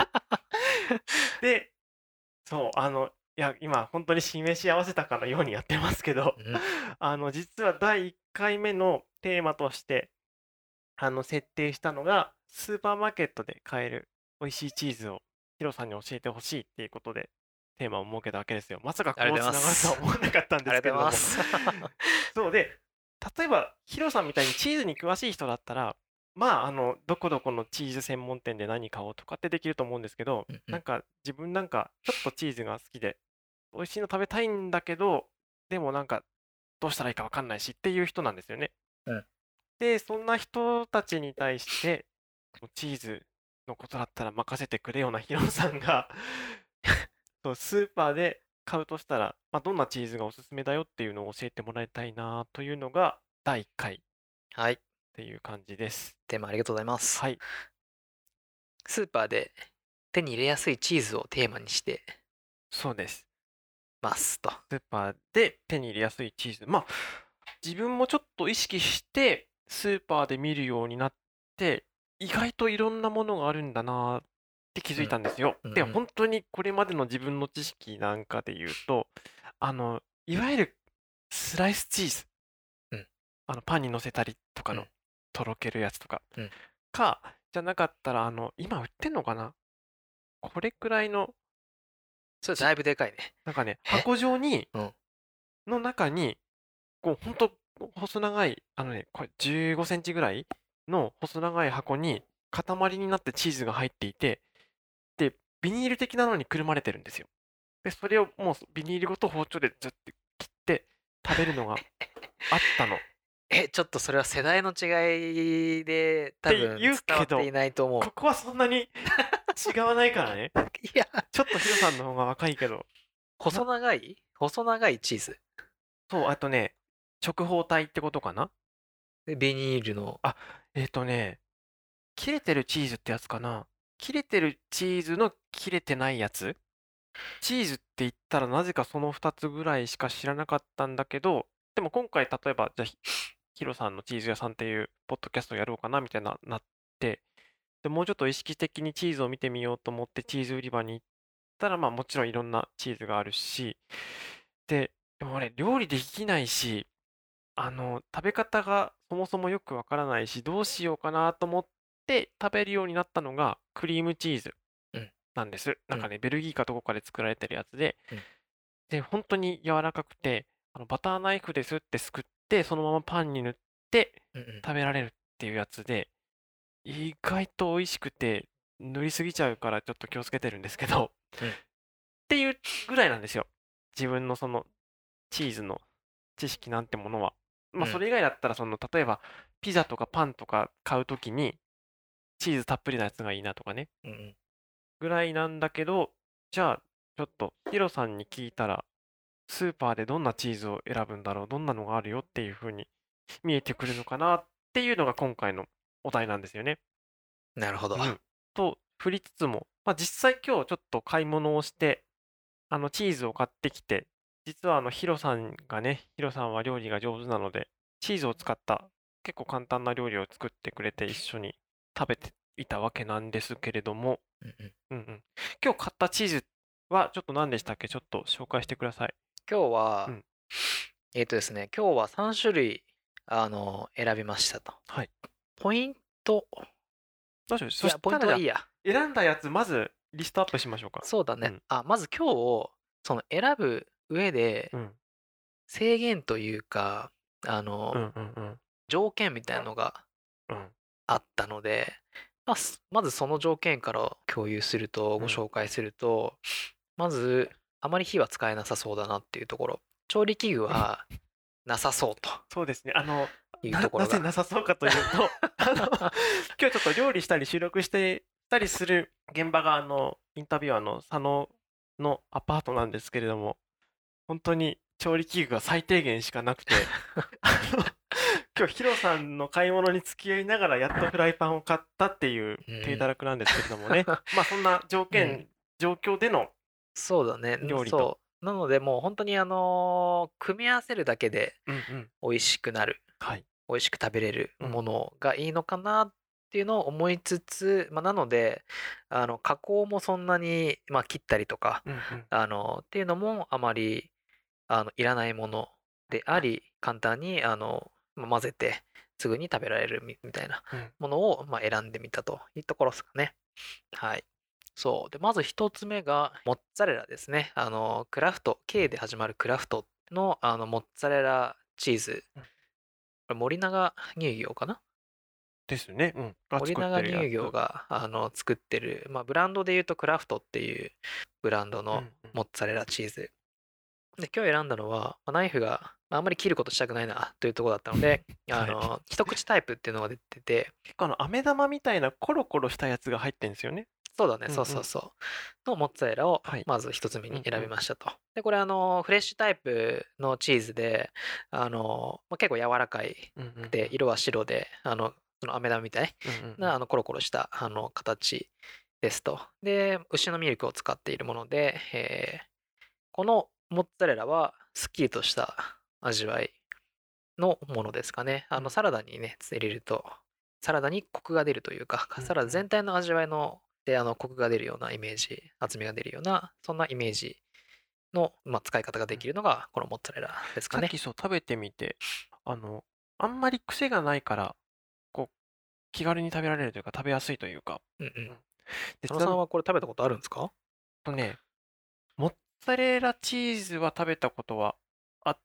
で、そう、あの、いや、今本当に示し合わせたかのようにやってますけど、 うん。 あの、実はだいいっかいめのテーマとして、あの、設定したのが、スーパーマーケットで買える美味しいチーズをヒロさんに教えてほしいっていうことで、テーマを設けたわけですよ。まさかありがとうごこうつながるとざいます。 は思わなかったんでありがとうございますけれども。 す。 そうで、例えばヒロさんみたいにチーズに詳しい人だったら、まあ、あの、どこどこのチーズ専門店で何買おうとかってできると思うんですけど、 うんうん。 なんか自分なんかちょっとチーズが好きで、美味しいの食べたいんだけど、でもなんかどうしたらいいかわかんないしっていう人なんですよね。 うん。 で、そんな人たちに対して、もうチーズのことだったら任せてくれようなヒロさんがそうスーパーで買うとしたら、まあ、どんなチーズがおすすめだよっていうのを教えてもらいたいなというのがだいいっかいっはい。 ていう感じです。 テーマありがとうございます。 はい。 スーパーで手に入れやすいチーズをテーマにしてそうです。 ますと。 スーパーで手に入れやすいチーズ。まあ、自分もちょっと意識してスーパーで見るようになって、意外といろんなものがあるんだなって気づいうん。 たんですよ。で、 うんうん。 本当にこれまでの自分の知識なんかで言うと、あの、いわゆるスライスチーズ、 うん。 あのパンに乗せたりとかのうん。 とろけるやつとかうん。 か、じゃなかったら、あの、今売ってんのかな、これくらいの、ち、 それだいぶでかいね。 なんかね、 え？ 箱状に、 うん。 の中に、こう、ほんと、細長い、あのね、これじゅうごセンチぐらいの細長い箱に塊になってチーズが入っていて、で、ビニール的なのにくるまれてるんですよ。で、それをもうビニールごと包丁でずって切って食べるのがあったの。っえ、ちょっとそれは世代の違いで多分て言う伝わけど、 っていないと思う。 ここはそんなに違わないからね。 いや、 ちょっとヒロさんの方が若いけど。 細な、 長い細長いチーズ。 そう、あとね、直方体ってことかな。 で、ビニールの、 あ、えっとね、切れてるチーズってやつかな。切れてるチーズの切れてないやつ。チーズって言ったらなぜかそのふたつぐらいしか知らなかったんだけど、でも今回例えば、じゃあヒ、ヒロさんのチーズ屋さんっていうポッドキャストをやろうかなみたいな、なって、で、もうちょっと意識的にチーズを見てみようと思ってチーズ売り場に行ったら、まあもちろんいろんなチーズがあるし、で、でも俺料理できないし、あの、食べ方がそもそもよくわからないし、どうしようかなと思って食べるようになったのがクリームチーズうん。 なんです。なうん。 んかね、ベルギーかどこかで作られてるやつで、 うん。 で、本当に柔らかくて、あのバターナイフですってすくって、そのままパンに塗ってうんうん。 食べられるっていうやつで、意外と美味しくて、塗りすぎちゃうからちょっと気をつけてるんですけど、 うん。 っていうぐらいなんですよ。自分のそのチーズの知識なんてものは。まあ、そうん。 れ以外だったら、その、例えば、ピザとかパンとか買うときに、チーズたっぷりなやつがいいなとかね、 うんうん。 ぐらいなんだけど、じゃあ、ちょっと、ヒロさんに聞いたら、スーパーでどんなチーズを選ぶんだろう、どんなのがあるよっていう風に見えてくるのかなっていうのが今回のお題なんですよね。 なるほど。 うん。と、振りつつも、まあ、実際今日ちょっと買い物をして、あの、チーズを買ってきて、実はあの、ヒロさんがね、ヒロさんは料理が上手なので、チーズを使った結構簡単な料理を作ってくれて一緒に食べていたわけなんですけれども、 うんうん。 うんうん。今日買ったチーズはちょっと何でしたっけ、ちょっと紹介してください。 今日は、 うん。 えっとですね、今日はさん種類、あの、選びましたと。 はい。 ポイント、 どうしよう。 いや、ポイそしたらじゃあ、 ントはいいや。 選んだやつ、まずリストアップしましょうか。 そうだね。 うん。 あ、まず今日、その選ぶ上でうん。 制限というか、あの、 うんうんうん。 条件みたいなのがうん。 あったので、まあ、すまずその条件から共有すると、 うん。 ご紹介すると、まず、あまり火は使えなさそうだなっていうところ。調理器具はなさそうとそうですね。あの、な、 いうところが。 なぜなさそうかというと、あの、今日ちょっと料理したり収録してたりする現場が、あの、インタビュアーの佐野のアパートなんですけれども、本当に調理器具が最低限しかなくて、あの、今日ヒロさんの買い物に付き合いながらやっとフライパンを買ったっていううん。 低たらくなんですけれどもね。まあそんな条うん。 件、状況でのそうだね。ん料理と。 そう。なので、もう本当にあの、組み合わせるだけでうんうん。 美味しくなる、 はい。 美味しく食べれるうん。 ものがいいのかなっていうのを思いつつ、まあ、なので、あの、加工もそんなに、まあ、切ったりとか、 うんうん。 あの、っていうのもあまり、あの、いらないものであり、簡単に、あの、まあ混ぜて、すぐに食べられるみみたいなうん。 ものを、まあ、選んでみたというところですかね。はい。そう。で、まず一つ目が、モッツァレラですね。あの、クラフト、K で始まるクラフトの、あの、モッツァレラチーズ。 うん。 これ森永乳業かな。 ですね。うん。が森作って永乳るやつ。 業が、あの、作ってる、まあ、ブランドで言うとクラフトっていうブランドのうんうん。 モッツァレラチーズ。で、今日選んだのは、まあナイフが、まあ、あんまり切ることしたくないなというところだったので、あはい。 の、一口タイプっていうのが出てて、 結構あの、飴玉みたいなコロコロしたやつが入ってんですよね。 そうだね、そううんうん。 そうそう。のモッツァレラをはい。 まず一つ目に選びうんうん。 ましたと。で、これあの、フレッシュタイプのチーズで、あの、まあ、結構柔らかいうんうんうん。 くて、色は白で、あの、その飴玉みたいうんうんうん。 な、あの、コロコロしたあの形ですと。で、牛のミルクを使っているもので、えーこのモッツァレラはすっきりとした味わいのものですかね。あの、 うん。 サラダにね、入れると、サラダにコクが出るというか、サラダうんうん。 全体の味わいの、で、あの、コクが出るようなイメージ、厚みが出るような、そんなイメージの、まあ、使い方がでうん。 きるのが、このモッツァレラですかね。 さっきそう食べてみて、あの、あんまり癖がないから、こう、気軽に食べられるというか、食べやすいというか。 うんうん。 うん。で、 佐野さんちなみにはこれ食べたことあるんですか？ とね、モッツァレラチーズは食べたことはあって、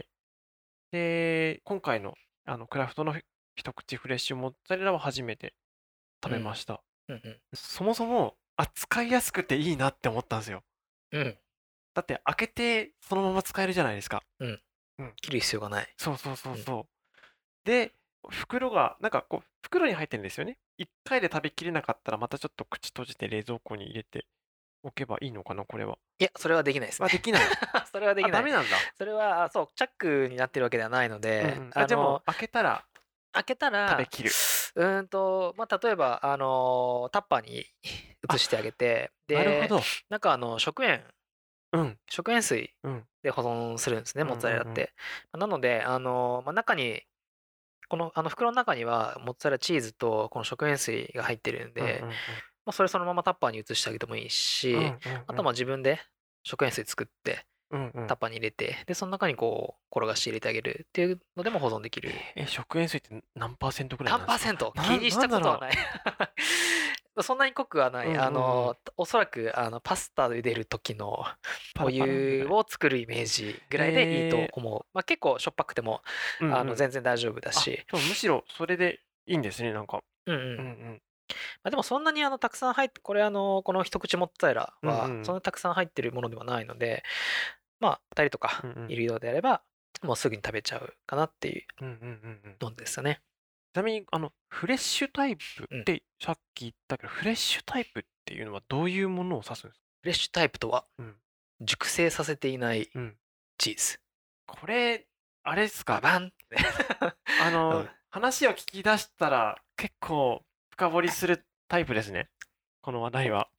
で、今回の、あの、クラフトの一口フレッシュモッツァレラは初めて食うん。 べました。 うんうん。 そもそも、あ、使いやすくていいなって思ったんですよ。 うん。 だって開けてそのまま使えるじゃないですか。 うん。 うん。 切る必要がない。 そうそうそううん。 そう。で、袋が、なんかこう、袋に入ってるんですよね。一回で食べきれなかったら、またちょっと口閉じて冷蔵庫に入れておけばいいのかな、これは。 いや、それはできないですあ、 ね。 できない。 それはであ、 きない。 ダメなんだ。 それは、あそう、チャックになってるわけではないので、 うんうん。あ、じゃあもうあの、 開けたら開けたら、 食べきる。 うーんと、まあ、例えば、あの、タッパーに移あ、 してあげて、で、 なるほど。 なんかあの、食塩うん、 食塩水うん。 で保存するんですね、 うんモッツァレラっうんうん。 て。なので、あの、まあ、中に、この、あの袋の中にはモッツァレラチーズとこの食塩水が入ってるんで、 うんうんうん。 まあ、それそのままタッパーに移してあげてもいいし、 うんうんあとはまあうん。 自分で食塩水作ってうんうん。 タッパーに入れて、で、その中にこう転がして入れてあげるっていうのでも保存できる。 え、食塩水って何パーセントぐらい何なんですか？ パーセントなん、 気にしたなんだろことはない。そんなに濃くはなう。うい。 んあの、 うんうん。 おそらくあのパスタで茹でる時のおパラパラぐらい。 湯を作るイメージぐらいでいいとえ思う。まあ、結構しょっぱくてもー、うんあうん。 の全然大丈夫だあ、 し。 そう、むしろそれでいいんですね、なんか。 うんうん。 うんうん。 まあ、でもそんなにあのたくさん入って、これあの、この一口モッツァレラうんうはそんん。 なたくさん入ってるものではないので、まあふたりとかうんうん。 いるようであれば、もうすぐに食べちゃうかなっていううんうんうんうん。 のですよね。 ちなみに、あの、フレッシュタイプっうん。 てさっき言ったけど、フレッシュタイプっていうのはどういうものを指すんですか？ フレッシュタイプとはうん。 熟成させていないうん。 チーズ。 これ、あれですか？ ババンあの、 うん。 話を聞き出したら結構深掘りするタイプですね。この話題は。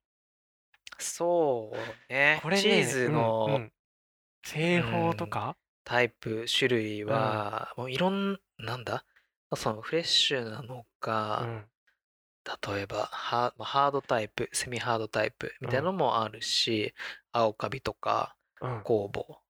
そうね。チーこれね、 ズの、 うんうん。製うん、 法とか、 タイプ、種類うん、 は、もういろん、なんだそのフレッシュなのか、 うん、 例えばハ、まあハードタイプ、セミハードタイプみたいなうん、 のもあるし、青カビとかうん。 酵母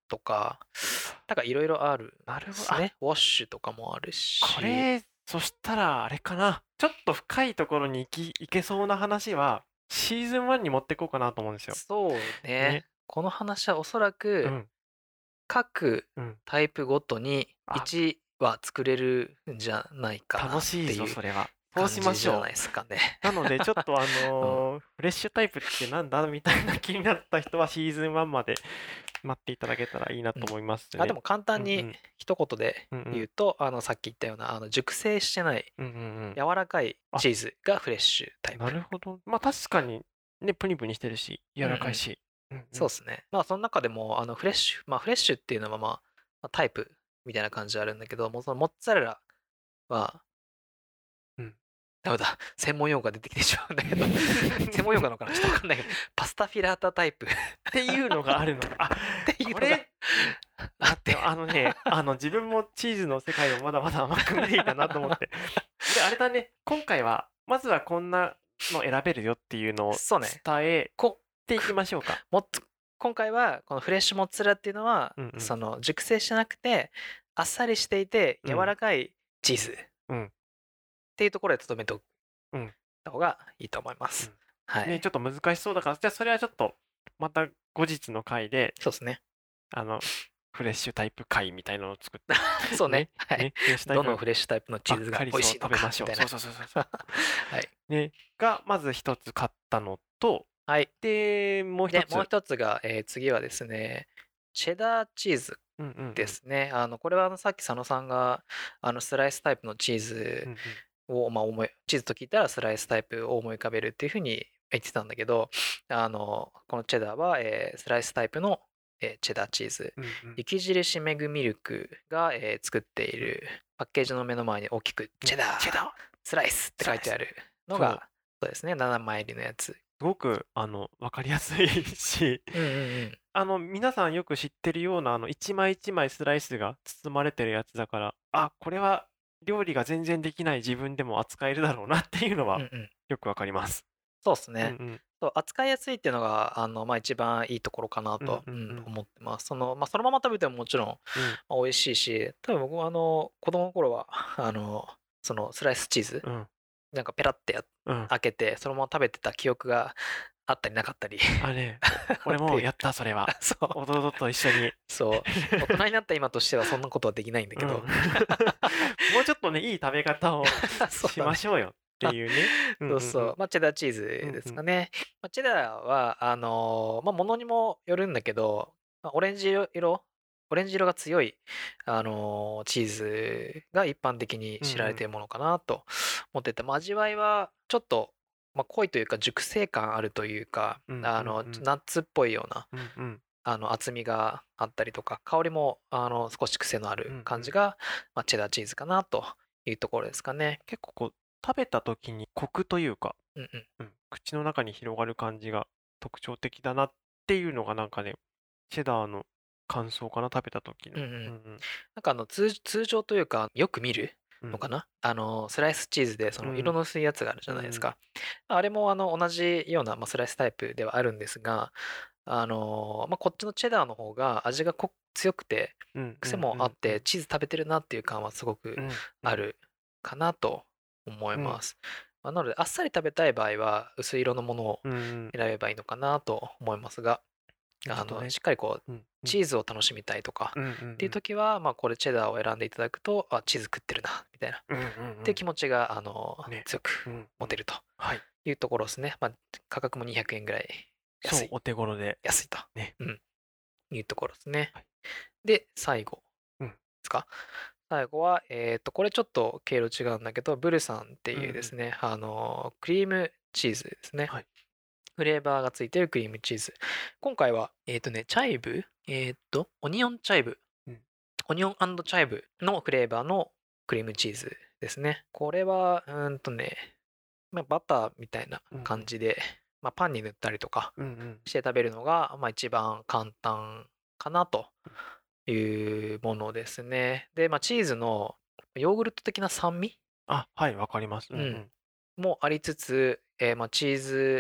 とか、なんかいろいろあるなるほど。 ですね。ウォッシュとかもあるし。 これ、そしたらあれかな。ちょっと深いところに行き、行けそうな話は、シーズンワンに持ってこうかなと思うんですよ。 そうね。 ね。 この話はおそらうくん。 各うん。 タイプごとにあ、 いちわ作れるんじゃないかなっ楽しいぞ、 ていうそれは。そう感しましょう。 じじゃないですかね。 なので、ちょっとあうん。 のーフレッシュタイプってなんだみたいな気になった人はシーズンワンまで待っていただけたらいいなとうん。 思いますあ、でね。 も簡単にうんうん。 一言でうんうん。 言うと、あのさっき言ったようなあの熟成してないうんうんうん。 柔らかいあ、 チーズがフレッシュタイなプ。 るほど。まあ確かに、ね、プニプニしてるし、柔うんうん。 らかいし。うんうん。 そうですね。まあその中でもあのフレッシュ、まあフレッシュっていうのはまあ、まあ、タイプみたいな感じあるんだけど、もうそのモッツァレラは、 うん。 ダメだ、専門用語が出てきてしまうんだけど、専門用語なのかなちょっとわかんないけど、パスタフィラータタイプっっていうのがあるの。あ、 ていうのがこれ、 あ待って、 って、 あのね、あの自分もチーズの世界をまだまだ甘く見ていたなと思って。で、あれだね、今回は、まずはこんなの選べるよっていうのをそうね。 伝えこていきましょうか。 もっと今回はこのフレッシュモッツァレラっていうのは、 うんうん。 その熟成してなくてあっさりしていて柔うん。 らかいチーズっうん。 ていうところで留めておうん。 いた方がいいと思いまうす。 ん。ね、 はい。 ちょっと難しそうだから、じゃあそれはちょっと、また後日の回で、 そうですね。 あの、フレッシュタイプ回みたいなのを作って、 そうね。 ね、 はい。 ね、フレッシュタイどのプフレッシュタイプのチーズがばっかりそう美味しいのか食べましょう。 みたいな。 そうそうそうそうそう。 はい。 ね、が、まず一つ買ったのと、 はい。 で、もう一で、もうつ。 一つが、えー次はですね、チェダーチーズうんうんうん。 ですね。あの、これはあのさっき佐野さんが、あの、スライスタイプのチーうズんうん。 を、まあ、思い、チーズと聞いたらスライスタイプを思い浮かべるっていうふうに言ってたんだけど、あの、このチェダーは、えースライスタイプの、えーチェダーチーズ。 うんうん。 雪印メグミルクが、えー作っているパッケージの目の前に大きくチェダー、 チェダースライスって書いてあるのそう。 が、そうですね、ななまい入りのやつ。 すごく、あの、わかりやすいし、 うんうんうん。 あの、皆さんよく知ってるような、あの、一枚一枚スライスが包まれてるやつだから、あ、これは料理が全然できない自分でも扱えるだろうなっていうのはうんうん。 よくわかります。 そうですね。 うんうん。 そう、扱いやすいっていうのが、あの、まあ、一番いいところかなうんと、うん、 うんうん。 思ってます。その、まあ、そのまま食べてももちろん、 うん。 まあ、美味しいし、多分僕もあの、子供の頃は、あの、そのスライスチーズ、 うん。 なんかペラってやうん。 開けて、そのまま食べてた記憶があったりなかったりあ、ね、お俺っていう。 もやった、それは。 そう、 弟と一緒に。 そう。大人になった今としてはそんなことはできないんだうん。 けど。 もうちょっとね、いい食べ方をそうしだね。 ましょうよっていうね。うんうんうん。 そうそう。まあ、チェダーチーズうんうん。 ですかね。まあ、チェダーは、あのーまあ、ものにもよるんだけど、まあ、オレンジ色、色オレンジ色が強い、あのーチーズが一般的にうんうん。 知られているものかなと思ってて、まあ、味わいはちょっと、まあ、濃いというか熟成感あるというか、 うんあの、 うんうん。 ナッツっぽいような、 うんうん。 あの、厚みがあったりとか、香りも、あの、少し癖のあるうんうん。 感じが、まあ、チェダーチーズかなというところですかね。 結構こう、食べた時にコクというか、 うんうん。 うん、口の中に広がる感じが特徴的だなっていうのがなんかね、チェダーの感想かな、食べた時の。 うんうん。 うんうん。 なんかあの通、通常というか、よく見るうん。 のかな、あの、スライスチーズでその色うん。 の薄いやつがあるじうん。 ゃないですか。あれもあの同じような、まあ、スライスタイプではあるんですが、あのまあ、こっちのチェダーの方が味がこ強くて、 うんう癖んうんうん。 もあって、チーズ食べてるなっていう感はすごくうんうん。 あるかなと思いうん。 ます。まあ、なので、あっさり食べたい場合は、薄い色のものをうんうん。 選べばいいのかなと思いますが、あの、 なるほどね。 しっかりこう、 うんうん。 チーズを楽しみたいとかうんうんうっていうん。 時は、まあ、これチェダーを選んでいただくと、あ、チーズ食ってるな、みたいな、っうんうんうん。 ていう気持ちが、あの、 ね。 強くうんうん。 持てるとはい。 いうところですね。まあ、価格もにひゃくえんぐらいそう、 安い、 お手頃で。 安いと、 ね。 うん、いうところですね。 はい。 で、最後うん。 ですか。最後は、えっと、これちょっと経路違うんだけど、ブルさんってうんうん。 いうですね、あの、クリームチーズですね。 はい。 フレーバーがついてるクリームチーズ。今回は、えっとね、チャイブえっと、オニオンチャイブ。 うん。 オニオンチャイブのフレーバーのクリームチーズですね。これは、うーんとね、まあ、バターみたいなうんうん。 感じで、まあ、パンに塗ったりとかうんうん。 して食べるのが、まあ、一番簡単かなとうん。 いうものですね。で、まあ、チーズのヨーグルト的な酸味、 あ、はい、わかります。うんううん、 ん。 もありつつ、えーまあ、チーズ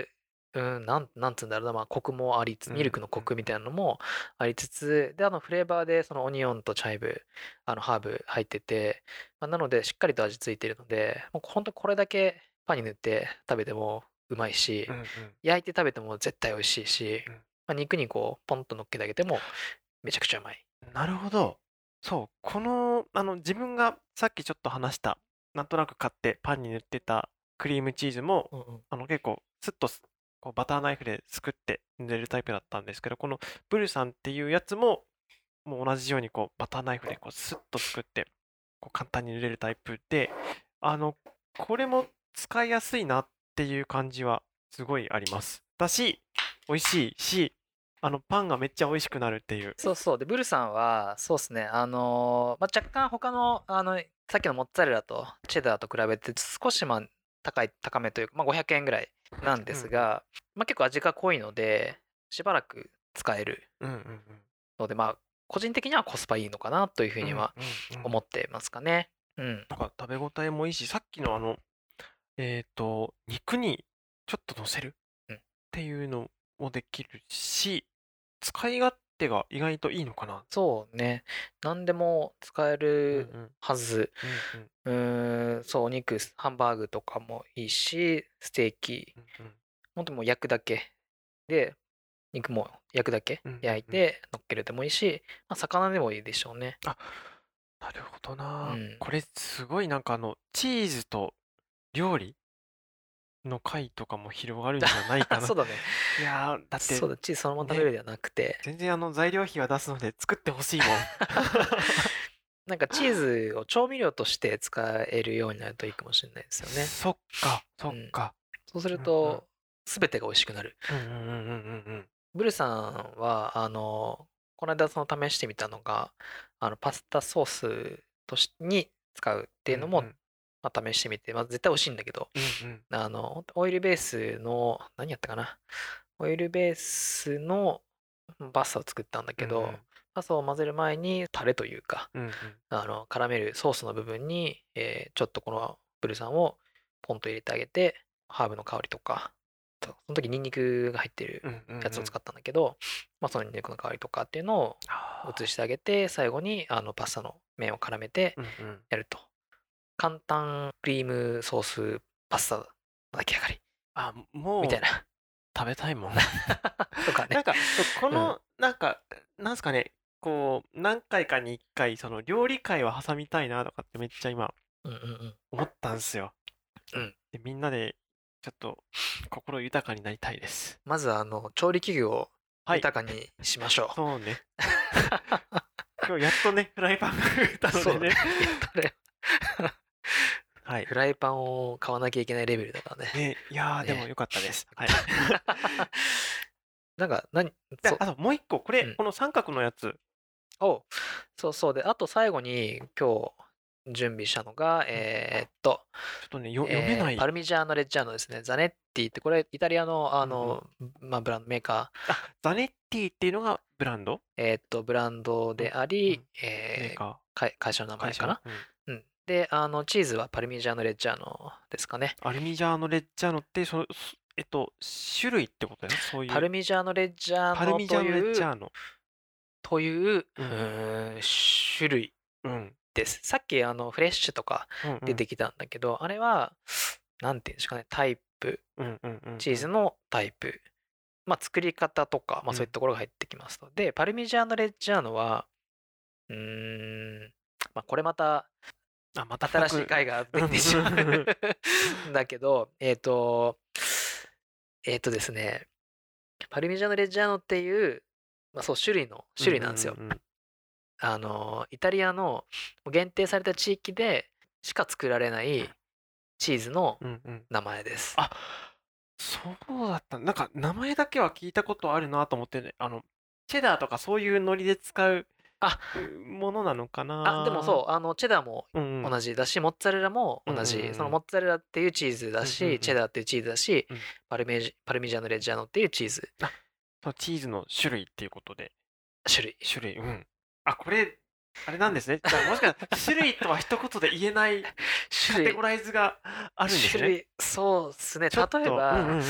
うん、なん、なんつうんだろうな、まあ、コクもありつ、ミルクのコクみたいなのもありつつ、で、あの、フレーバーで、そのオニオンとチャイブ、あの、ハーブ入ってて、まあ、なので、しっかりと味ついてるので、もう本当これだけパンに塗って食べてもうまいし、 うんうん焼いて食べても絶対美味しいし、 うん。 まあ、肉にこう、ポンと乗っけてあげても、めちゃくちゃうまい。 なるほど。そう、この、あの、自分がさっきちょっと話した、なんとなく買ってパンに塗ってたクリームチーズも、 うんうん。 あの、結構、スッとすこうバターナイフですくって塗れるタイプだったんですけど、このブルさんっていうやつも、もう同じようにこうバターナイフでこうスッとすくって、こう簡単に塗れるタイプで、あの、これも使いやすいなっていう感じはすごいあります。だし、美味しいし、あの、パンがめっちゃ美味しくなるっていう。 そうそう。で、ブルさんは、そうですね、あのーまあ、若干他の、あの、さっきのモッツァレラとチェダーと比べて少しまあ高い、高めというか、まあ、ごひゃくえんぐらいなんですが、まあ、結構味が濃いので、しばらく使えるうんうんうんので、まあ、個人的にはコスパいいのかなというふうにはうんうんうん。 思ってますかね。うん。 なんか食べ応えもいいし、さっきのあの、えっと、肉にちょっと乗せるうんっていうのもできるし、使い勝手が意外といいのかな。 そうね。何でも使えうんうるんはず。 うんうんうーん、そう、お肉、ハンバーグとかもいいし、ステーキ、 うんうんほんともう焼くだけで、肉も焼くだけうんうんうん焼いて乗っけるでもいいし、まあ、魚でもいいでしょうね。 あ、なるほどな。 うん。 これすごいなんかあの、チーズと料理の回とかも広がるんじゃないかな。 そうだね。 いやー、だってそうだ、チーズそのまま食べね、 るではなくて、 全然あの材料費は出すので作ってほしいもん。 なんかチーズを調味料として使えるようになるといいかもしれないですよね。 そっか、そっうん。 か。 そうするうんうん。 と、すべてが美味しくなる。 うんうんうんうんうんうん。 ブルさんは、あの、この間その試してみたのが、あの、パスタソースとしに使うっていうのも、 うんうんまあ、試してみて、まあ、絶対美味しいんだけど、 うんうんあの、ほんとオイルベースの、何やったかな。オイルベースのパスタを作ったんだけど、パスタを混ぜる前にタレというか、 うんうんあの、絡めるソースの部分に、えーちょっとこのブルさんをポンと入れてあげて、ハーブの香りとか、とその時ニンニクが入ってるうんうんうんやつを使ったんだけど、まあそのニンニクの香りとかっていうのをあ移してあげて、最後にあのパスタの麺を絡めてーうんうんやると。簡単クリームソースパスタの出来上がり。 あ、もうみたいな。 食べたいもん。 とかね。 なんか、そうこうん。 の、なんか、なんすかね、こう、何回かに一回、その料理会は挟みたいなとかってめっちゃ今うんうんうん。 思ったんすよ。 うんで、みんなでちょっと心豊かになりたいです。 まずあの、調理器具をはい、 豊かにしましょそうね。 う。 今日やっとね、フライパンが増えたのそうね。 でね。 やっとね。 はい。 フライパンを買わなきゃいけないレベルだからね。 ね、いやー、でもね。 良かったです。はい。 なんか、何、 で、 そう。 あともう一個、これ、 うん。 この三角のやつ。 おそうそう。で、あと最後に今日準備したのが、 うんえーっと、 ちょっとね、よ読めえーパない。 ルミジャーノ・レッジャーノですね。ザネッティって、これイタリアの、あうんうん。 の、まあ、ブランドメーカー、 あ、ザネッティっていうのがブランドえーっと、ブランドうんであうり、 ん。メーえーカ会会社の名ー、会社の。 前かな。 うん。 うん。で、あの、チーズはパルミジャーノ・レッジャーノですかね。 アルミジャーノ・レッジャーノって、その、そえっと、種類ってことだよね。そういパルう。 ミジャーノ・レッジャーパルノミジャーノ・レッという、 ジャーノ。 という、ううん。 ーん種類うん。 です。さっきあのフレッシュとかうんうん。 出てきたんだけど、あれは、なんていうんですかね、タイプ、 うんうんうんチーズのタイプ、まあ作り方とか、まあそういったところが入ってきますので、パルミジャーノ・レッジャーノは、うーん、まあこれまたあ、また新しい回ができてしまうんだけど、えっと、えっとですね、パルミジャーノ・レッジャーノっていう、まあそう種類の種類なんですよ。 うんうんうんあの、イタリアの限定された地域でしか作られないチーズのうんうん。 名前です。 あ、そうだった。なんか名前だけは聞いたことあるなと思ってね、あの、チェダーとかそういうノリで使うあ、 ものなのかあ、でもな。 そう、あの、チェダーもうんうん。 同じだし、モッツァレラもうんうんう同じ。そのん。 モッツァレラっていうチーズだうんうんうし、チェん。 ダーっていうチーズだし、 うん。 パルメジ、パルミジャーノ・レッジャーノっていうチーズあ、そう、チーズの種類っていうことで。 種類。 種類、うん。あ、これ、あれなんですね。じゃあもしかしたら種類とは一言で言えないカ種類、 テゴライズがあるんですね。 種類、そうですね。 ちょっと、うん例えば、 うんうん。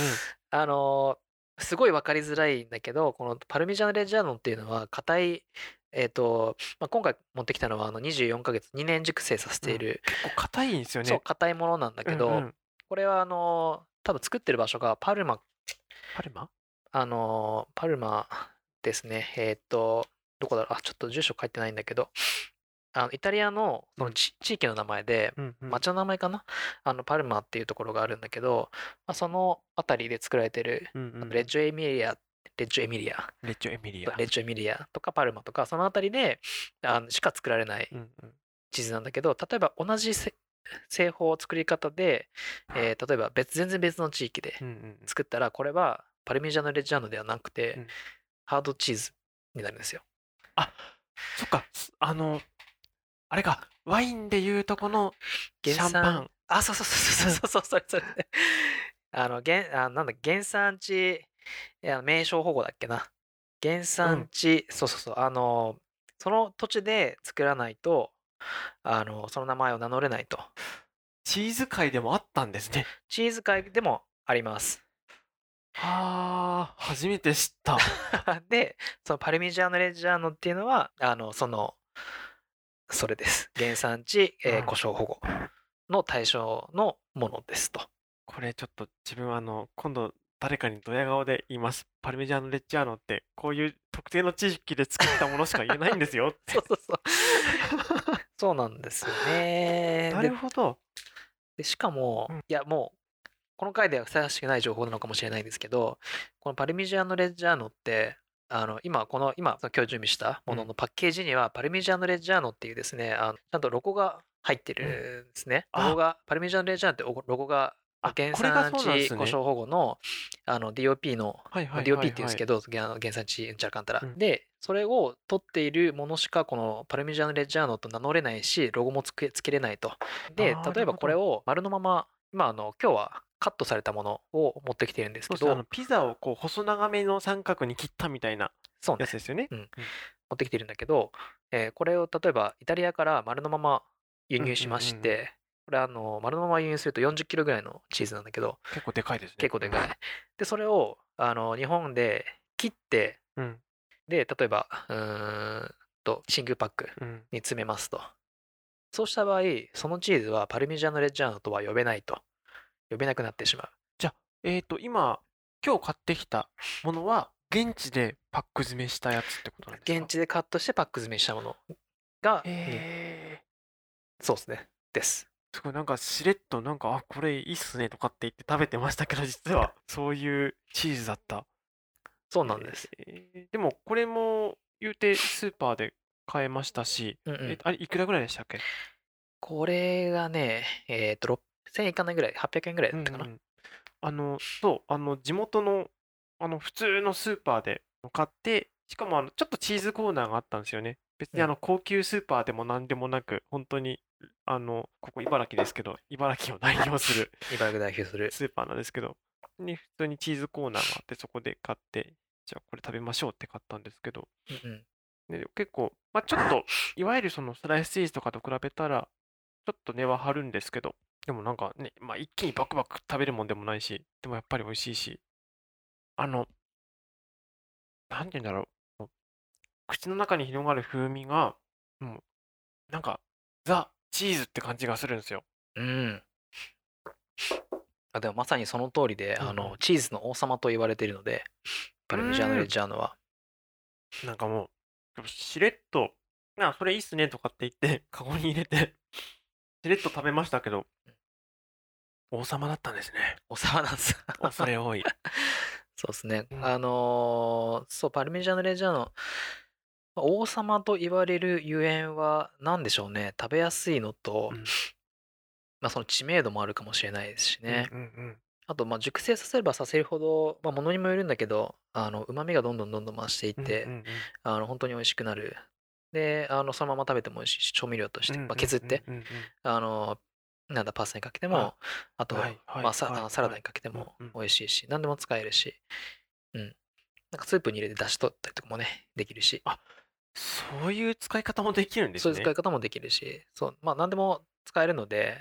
あのーすごい分かりづらいんだけど、このパルミジャーノ・レッジャーノっていうのは硬い、えっと、まあ、今回持ってきたのはあのにじゅうよんかげつにねん熟成させている、 結構硬いんですよそうね。 硬いものなんだけど、 うんうん。 これはあのー多分作ってる場所がパルマ、 パルマあのーパルマですね。えっと、どこだろう、あ、ちょっと住所書いてないんだけど、あのイタリアのその地地域の名前で、 うんうん。 町の名前かな、あのパルマっていうところがあるんだけど、まあ、その辺りで作られてるうんうんうん。 レッジョエミリア、レッジョエミリア、 レッジョエミリア。 レッジョエミリアとかパルマとか、その辺りであのしか作られないうんうん。 チーズなんだけど、例えば同じせ製法作り方で、えー例えば別全然別の地域でうんうんうん。 作ったら、これはパルミジャーノ・レッジャーノではなくて、 うんハードチーズになるんですよ。 あ、そっか、すあの、あれか、ワインでいうとこのシ原産、 ャンパン。 あ、そうそうそうそうそう、それそれ。あの、原、あ、なんだ、原産地、いや、名称保護だっけな。原産地、そうそうそう、あの、その土地で作らないと、あの、その名前を名乗れないと。 チーズ界でもあったんですね。 チーズ界でもあります。 はあ、初めて知った。 で、そのパルミジャーノ・レッジャーノっていうのは、あの、その、それです。原産地、えー、 うん故障保護の対象のものですと。 これちょっと自分あの、今度誰かにドヤ顔で言います。パルミジャーノ・レッジャーノってこういう特定の地域で作ったものしか言えないんですよって。 そうそうそう。そうなんですよね。 なで、 るほど。 でしかも、 うんいや、もう、この回ではふさわしくない情報なのかもしれないんですけど、このパルミジャーノ・レッジャーノって、あの、今、この、今、今日準備したもののパッケージには、パルミジャーノ・レッジャーノっていうですね、あのちゃんとロゴが入ってうん。 るんですね。ロゴあ、 が、パルミジャーノ・レッジャーノってロゴが、 あ、 原これがそうなんで産地すね。 故障保護の、あの ディーオーピー の、 はいはいディーオーピーはいはい。 って言うんですけど、原原産地うんちゃらかんたら。 うん。 で、それを取っているものしか、このパルミジャーノ・レッジャーノと名乗れないし、ロゴもつけつけれないと。で、例えばなるほど。 これを丸のまま、今、あの、今日はカットされたものを持ってきてるんですそうですね。あけど、 の、ピザをこう細長めの三角に切ったみたいなそうね。 やつですよね。 うん。 うん。 持ってきてるんだけど、えーこれを例えばイタリアから丸のまま輸うんうん入しましうんうん。 て、これあの、丸のまま輸入するとよんじゅっキロぐらいのチーズなんだけど、 結構でかいですね。 結構でかい。で、それを、あの、日本で切って、 うん。うん。 で、例えば、うーんと、真空パックうんに詰めますと。そうした場合、そのチーズはパルミジャーノ・レッジャーノとは呼べないと。呼べなくなってしまう。 じゃあ、えっと、今、今日買ってきたものは、現地でパック詰めしたやつってことなんですか？ 現地でカットしてパック詰めしたものが、にへえ。 そうですね。です。 すごい、なんかしれっと、なんか、あ、これいいっすねとかって言って食べてましたけど、実はそういうチーズだった。 そうなんです。 えーでも、これも言うてスーパーで買えましたし、え、 うんうん。 あれ、いくらぐらいでしたっけ？ これがね、えっと、ろっせんえんいかないぐらい、はっぴゃくえんぐらいだったかな。 うんうんうん。あの、そう、あの、地元の、あの、普通のスーパーで買って、しかも、あの、ちょっとチーズコーナーがあったんですよね。別に、あうん。 の、高級スーパーでもなんでもなく、本当に、あの、ここ茨城ですけど、茨城を代表する茨城代表する。 スーパーなんですけど、に普通にチーズコーナーがあって、そこで買って、じゃあこれ食べましょうって買ったんですけど、 うんうん。 で結構、まあ、ちょっと、いわゆるそのスライスチーズとかと比べたら、ちょっと値は張るんですけど、でもなんかね、まあ、一気にバクバク食べるもんでもないし、でもやっぱり美味しいし、あの、なんて言うんだろう、口の中に広がる風味が、もう、なんか、ザ・チーズって感じがするんですよ。 うん。あ、でもまさにその通りで、 うんうんあの、チーズの王様と言われているので、 うパルミジャーノ・レッーん、 ジャーノは。 なんかもう、しれっと、あ、それいいっすねとかって言って、カゴに入れて、しれっと食べましたけど、王様だったんですね。 王様なんです。 恐れ多い。 そうですね。 うん。 あのーそう、パルミジャーノ・レッジャーノ、まあ王様と言われるゆえんは何でしょうね。食べやすいのと、 うん。 まあその知名度もあるかもしれないですしうんうんうね。 ん。 あと、まあ熟成させればさせるほど、まあ物にもよるんだけど、あの、旨味がどんどんどんどん増していっうんうんうて、 ん。 あの、本当に美味しくなる。で、あの、そのまま食べても美味しいし、調味料として、 うんうんまあ、削って、 うんうんうん。 あの、なんだ、パスタにかけてあ、 も、あと、 はいはまあ、さ、 いはいあのサラはい。 ダにかけてもうんうん。 美味しいし、何でも使えるし、うん。なんかスープに入れて出し取ったりとかもね、できるし、 あ、そういう使い方もできるんですね。 そういう使い方もできるし、そう、まあ、何でも使えるので、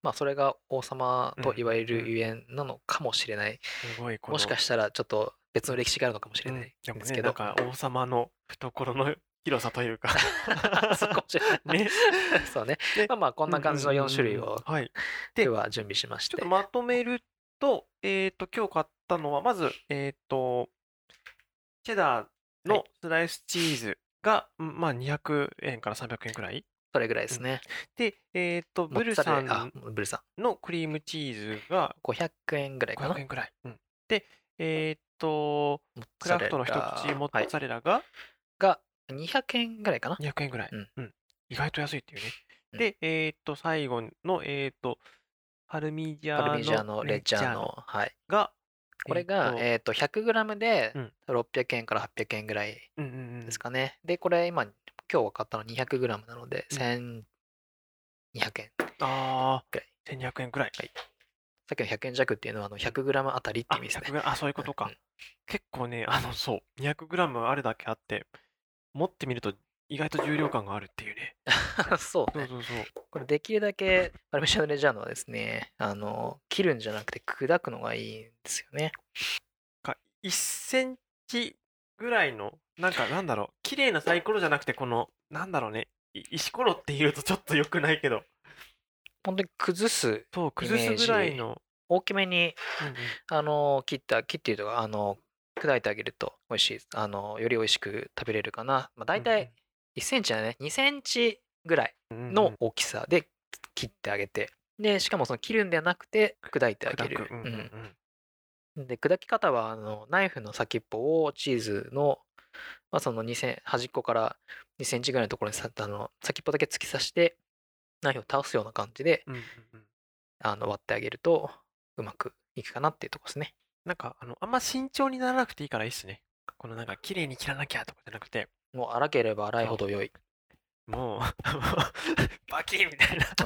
まあそれが王様と言われうんうんるゆえんなのかもしれない。 すごいこもしの、 かしたらちょっと別の歴史があるのかもしれうん、 ないでもね、 んですけど、 なんか王様の懐の広さというかそうかもしれない。 ね。 そうね。 で、 まあまあこんな感じのよん種類うんうんうんうんをはい。で、 今日は準備しましちょっとて。 まとめると、えっと、今日買ったのは、まず、えっと、チェダーはい。 のスライスチーズが、んまあ、にひゃくえんからさんびゃくえんくらい。 それぐらいでうん。 すね。 で、えっと、 モッブルツァレラ、あ、 さんブルさん。 のクリームチーズがごひゃくえんぐらいか 500 な。 円くえんくらい。うん。で、えっと、 モックラフトツァレの一口ラ、 モッはい。 ツァレラががにひゃくえんぐらいかな。 にひゃくえんくえんくらい。 うん。 うん。意外と安いっていうね。 うん。 で、えっと、最後の、えっと、パルミジパルャーノ・ミジャーノ・レッレッジャーノジャーノ、はい。 が、 これが、 えっと、 えっと、ひゃくグラムでうん。 ろっぴゃくえんからはっぴゃくえんぐらいうんうんうんですかね。で、これ今、今日買ったのにひゃくグラムなので、 うん。 せんにひゃくえんああ、 ぐらい。 せんにひゃくえんくえんくらい。 はい。さっきのひゃくえん弱っていうのは、あの、 うん。 ひゃくグラムあたりって意あ、 味ですね。 ひゃくグラム、あ、そういうことか。 うんうん。 結構ね、あの、そう、にひゃくグラムあるだけあって、持ってみると意外と重量感があるっていうね。 そうね。 そうそうそう。 これできるだけパルミジャーノ・レッジャーノはですね、あの、切るんじゃなくて砕くのがいいんですよね。 かいっセンチぐらいの、なんかなんだろう、綺麗なサイコロじゃなくて、この、なんだろうね、い石ころって言うとちょっと良くないけど、 本当に崩すそう、 イ崩すメージ、 ぐらいの、 大きめに、 うんうん。 あの、切った、切っていうとか、あの、砕いてあげると美味しいです。あの、より美味しく食べれるかな。まあ、大うんうん体いっセンチだね、にセンチぐらいうんうんうん。 の大きさで切ってあげて、で、しかもその切るんではなくて砕いてあげ砕く。 る。 うんうんうん。 うん。で、砕き方は、あの、ナイフの先っぽをチーズの、まあ、そのにセン端っこからにセンチぐらいのところにさあの先っぽだけ突き刺して、ナイフを倒すような感じで、 うんうんうん。 あの割ってあげるとうまくいくかなっていうところですね。 なんか、あの、あんま慎重にならなくていいからいいっすね。このなんか、綺麗に切らなきゃとかじゃなくて、 もう荒ければ荒いほそど良い。 う、もうバキッみたいな。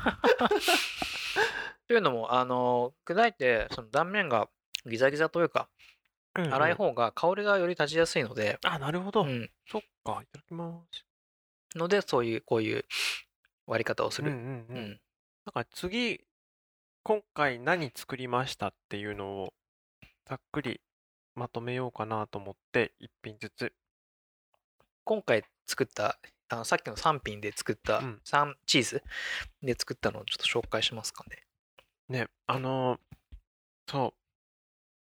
というのも、あの、砕いて、その断面がギザギザというか、 うんうん。 粗い方が香りがより立ちやすいので、 あ、なるほど。 うん。 そっか、いただきます。 ので、そういう、こういう割り方をすうんうる。 んうん。 うん。 なんか次、今回何作りましたっていうのをざっくりまとめようかなと思って一品ずつ。 今回作った、あのさっきのさん品で作ったうん。 さんチーズで作ったのをちょっと紹介しますかね。 ね、あのーそう、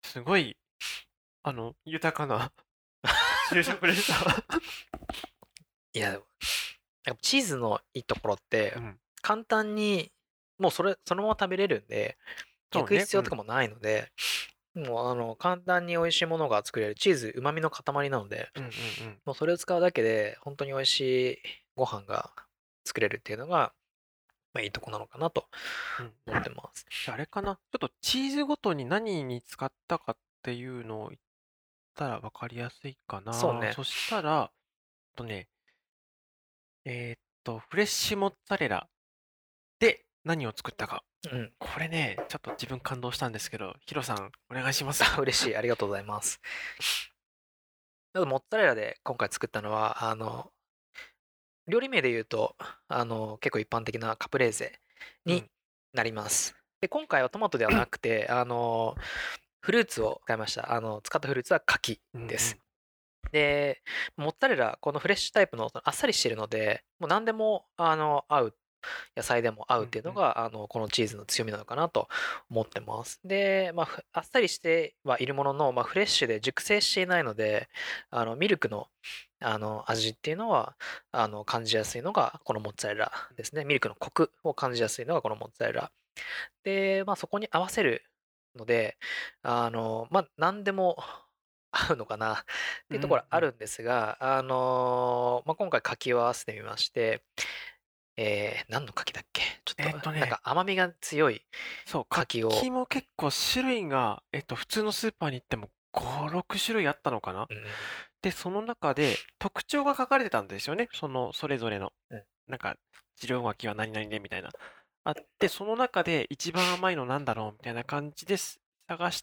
すごい、あの、豊かな昼食でした。 いや、やっぱチーズのいいところってうん。 簡単にもうそれそのまま食べれるんで、焼くそうね。うん。 必要とかもないので、もうあの簡単に美味しいものが作れる。チーズ旨味の塊なので、 うんうんうん。 もうそれを使うだけで本当に美味しいご飯が作れるっていうのが、まあ、いいとこなのかなとうん思ってます。 じゃああれかな。ちょっとチーズごとに何に使ったかっていうのを言ったら分かりやすいかな。 そうね。 そしたら、えっとね、えーっと、フレッシュモッツァレラで何を作ったか。 うん。 これね、ちょっと自分感動したんですけど、ヒロさん、お願いします。 あ、嬉しい。ありがとうございます。あとモッツァレラで今回作ったのは、あの、料理名で言うと、あの、結構一般的なカプレーゼにうん。 なります。で、今回はトマトではなくて、あの、フルーツを使いました。あの、使ったフルーツは柿うんうんです。で、モッツァレラ、このフレッシュタイプのあっさりしてるので、もう何でも、あの、合う、野菜でも合うっていうのが、あの、このチーズの強みなのかなと思ってます。で、まあ、ふあっさりしてはいるものの、まあ、フレッシュで熟成していないので、あの、ミルクの、あの、味っていうのは、あの、感じやすいのが、このモッツァレラですね。ミルクのコクを感じやすいのが、このモッツァレラ。で、まあ、そこに合わせるので、あの、まあ、何でも合うのかなっていうところはあるんですが、あの、まあ、今回柿を合わせてみまして、えー、何の柿だっけちょえーっっと、なんとね、 か甘みが強いそう、 柿を、 柿も結構種類が、えっと、普通のスーパーに行ってもご、ろく種類あったのかな。 うん、 で、その中で特徴が書かれてたんですよね。その、それぞれの。 うん、 なんか、治療柿は何々でみたいな。あって、その中で一番甘いのなんだろうみたいな感じです探し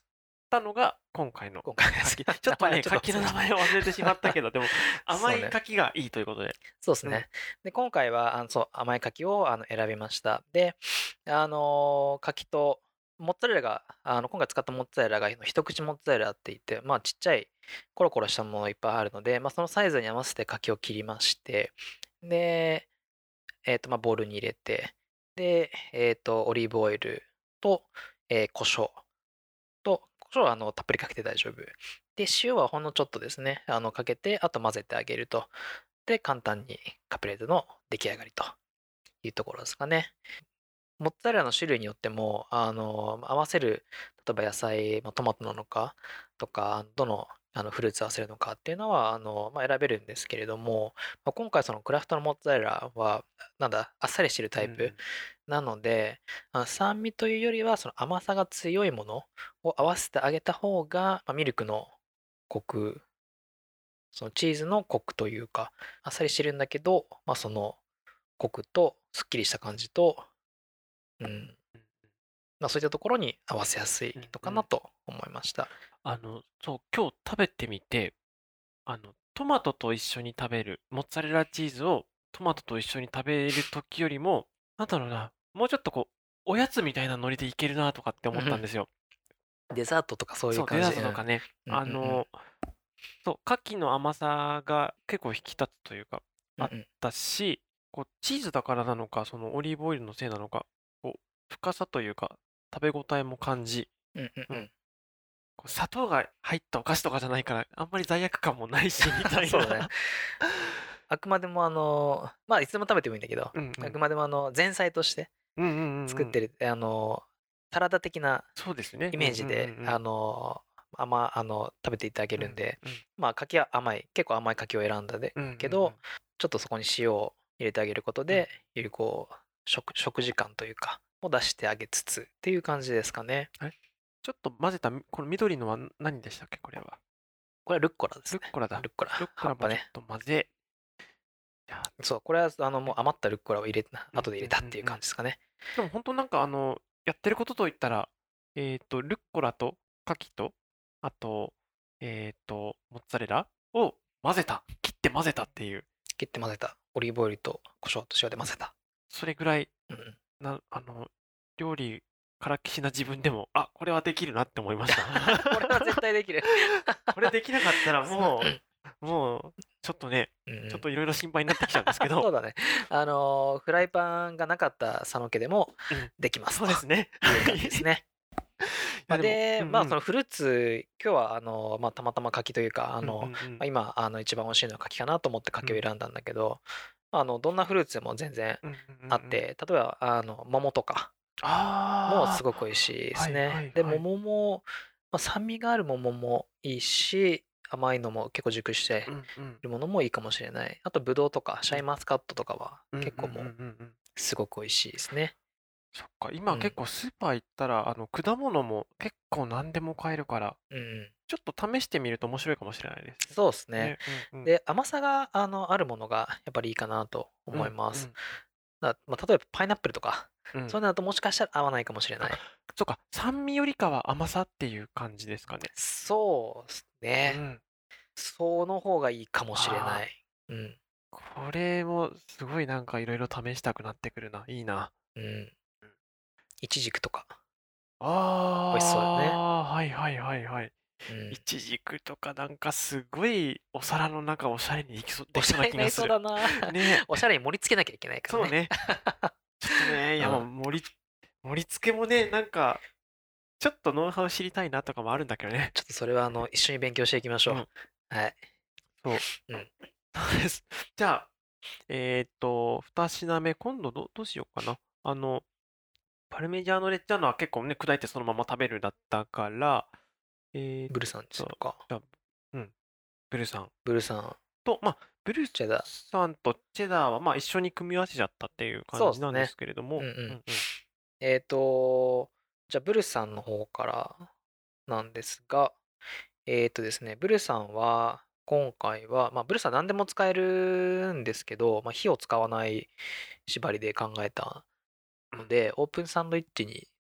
たのが今回の今回です柿。ちょっとね、 名前ちょっと柿の名前を忘れてしまったけど、でも甘いそうね。 柿がいいということで。うん。 そうですね。で、今回は、あの、そう、甘い柿を、あの、選びました。で、あの、柿とモッツァレラが、あの、今回使ったモッツァレラが、あの一口モッツァレラって言って、まあ、ちっちゃいコロコロしたものがいっぱいあるので、まあ、そのサイズに合わせて柿を切りまして、で、えっと、まあ、ボウルに入れて、で、えっと、オリーブオイルと、えー胡椒と、胡椒はあのたっぷりかけて大丈夫。で、塩はほんのちょっとですね、あのかけて、あと混ぜてあげると。で、簡単にカプレーゼの出来上がりというところですかね。モッツァレラの種類によっても、あの、合わせる、例えば野菜、まあ、トマトなのかとか、どのあのフルーツ合わせるのかっていうのは、あの、まあ、選べるんですけれども、まあ、今回そのクラフトのモッツァレラは、なんだ、あっさりしてるタイプうんなので、あの酸味というよりは、その甘さが強いものを合わせてあげた方が、まあ、ミルクのコク、そのチーズのコクというか、あっさりしてるんだけど、まあ、そのコクとすっきりした感じと、うん、まあ、そういったところに合わせやすいうんのかうん。 なと思いました。 あの、そう、今日食べてみて、あの、トマトと一緒に食べる、モッツァレラチーズをトマトと一緒に食べる時よりも、なんだろうな、もうちょっとこう、おやつみたいなノリでいけるなとかって思ったんですよ。 デザートとかそういうそう、デザ感じ。うん。 ートとかね。 うんうんうん。 あの、そう、牡蠣の甘さが結構引き立つというか、あっうんうん。 たし、こう、チーズだからなのか、そのオリーブオイルのせいなのか、こう、深さというか、食べ応えも感じ、 うんうんうん、 うん。 こう砂糖が入ったお菓子とかじゃないから、あんまり罪悪感もないし、みたいそうだね。 な。 あくまでもあの、まあ、いつでも食べてもいいんだけど、 うんうん。 あくまでもあの、前菜としてうんうんうんうん。 作ってる、あの、サラダ的なそうですね。 イうんうんうんうメージで、あん。 の、甘あの、食べていただけうんるんで、 うん。 まあ、柿は甘い、結構甘い柿を選んだでうんうんうけど、 ん。 ちょっとそこに塩を入れてあげることうん。 で、よりこう、食食事感というか、を出してあげつつっていう感じですかね。 あれ、ちょっと混ぜた、この緑のは何でしたっけ、これは。 これはルッコラですね。 ルッコラだ。 ルッコラ。 ルッコ葉っぱね。 ラもちょっと混ぜ。じゃあ、 そう、これはあのもうね。 余ったルッコラを入れ、 うん後で入うんうんうん。 れたっていう感じですかね。 でも本当なんかあの、やってることといったら、えっと、ルッコラとカキと、あと、えっと、モッツァレラを混ぜた。切って混ぜたっていう、 切って混ぜた。オリーブオイルと胡椒と塩で混ぜた。 それぐらいうんうん。 な、あの、料理からっきしな自分でも、あ、これはできるなって思いました。 これは絶対できる。 これできなかったらそうもう、もう、ちょっとね、 うんうん。 ちょっといろいろ心配になってきちゃうんですけど、 そうだね。あのーフライパンがなかった佐野家でもうん、 できますとそうですね。 いうはい。 感じですね。 いやでも、 まあで、 うんうん。 まあそのフルーツ、今日はあの、まあたまたま柿というか、あうんうんうの、まあ、 ん。 今、あの一番美味しいのは柿かなと思ってうん。 柿を選んだんだけど、あの、どんなフルーツでも全然うんうんうんうん。 あって、例えば、あの、桃とかもすああ、 ごく美味しいですはいはね。で、 いはい。 桃も、まあ、酸味がある桃もいいし、甘いのも結構熟してうんうん。 いるものもいいかもしれない。あと、ブドウとか、シャインうん。 マスカットとかはうんうんうんうんう結構もうん。 すごく美味しいですね。 そっか、 うん。 今結構スーパー行ったら、あの、果物も結構何でも買えるから、 うんうん。 ちょっと試してみると面白いかもしれないですね。 そうですね。 ね、うんうん。 で、甘さが、あの、あるものがやっぱりいいかなとうん、 思います。 うん、 だまあ、例えばパイナップルとか、 うん。 そういうのだともしかしたら合わないかもしれあ、 ない。 そっか、酸味よりかは甘さっていう感じですかね。 そうですね。 うん。 その方がいいかもしれなあい。うん。 あ、これもすごいなんかいろいろ試したくなってくるな。いいな。 うん。 うん。 イチジクとか、美味しそうだよね。 ああ、はいはいはいはい。 うん。 いちじくとかなんかすごいお皿の中おしゃれにできそう、できそうなおしゃれになり気がする。 そうだな。 ねおしゃれに盛り付けなきゃいけないからね。 そうね。ちょっとね、いやもううん。 盛り、盛り付けもね、なんか、ちょっとノウハウ知りたいなとかもあるんだけどね。 ちょっとそれはあの、一緒に勉強していきましょうん、 う。はい。 そう。 うん。 そうです。じゃあ、えーっと、二品目、今度ど、どうしようかな。あの、パルメジャーノレッジャーノは結構ね、砕いてそのまま食べるだったから、えーっブルサンにすると、 か。 じゃあ、うん、ブルさんブルサン、 と、まあ、ブルチェダー。 さんとチェダーはまあ一緒に組み合わせちゃったっていう感じなんでそうですね。 すけれども、 うんうん。 うんうん。 えっと、じゃあ、ブルさんの方からなんですが、えっとですね、ブルさんは、今回は、まあ、ブルさん何でも使えるんですけど、まあ、火を使わない縛りで考えたうんので、オープンサンドイッチに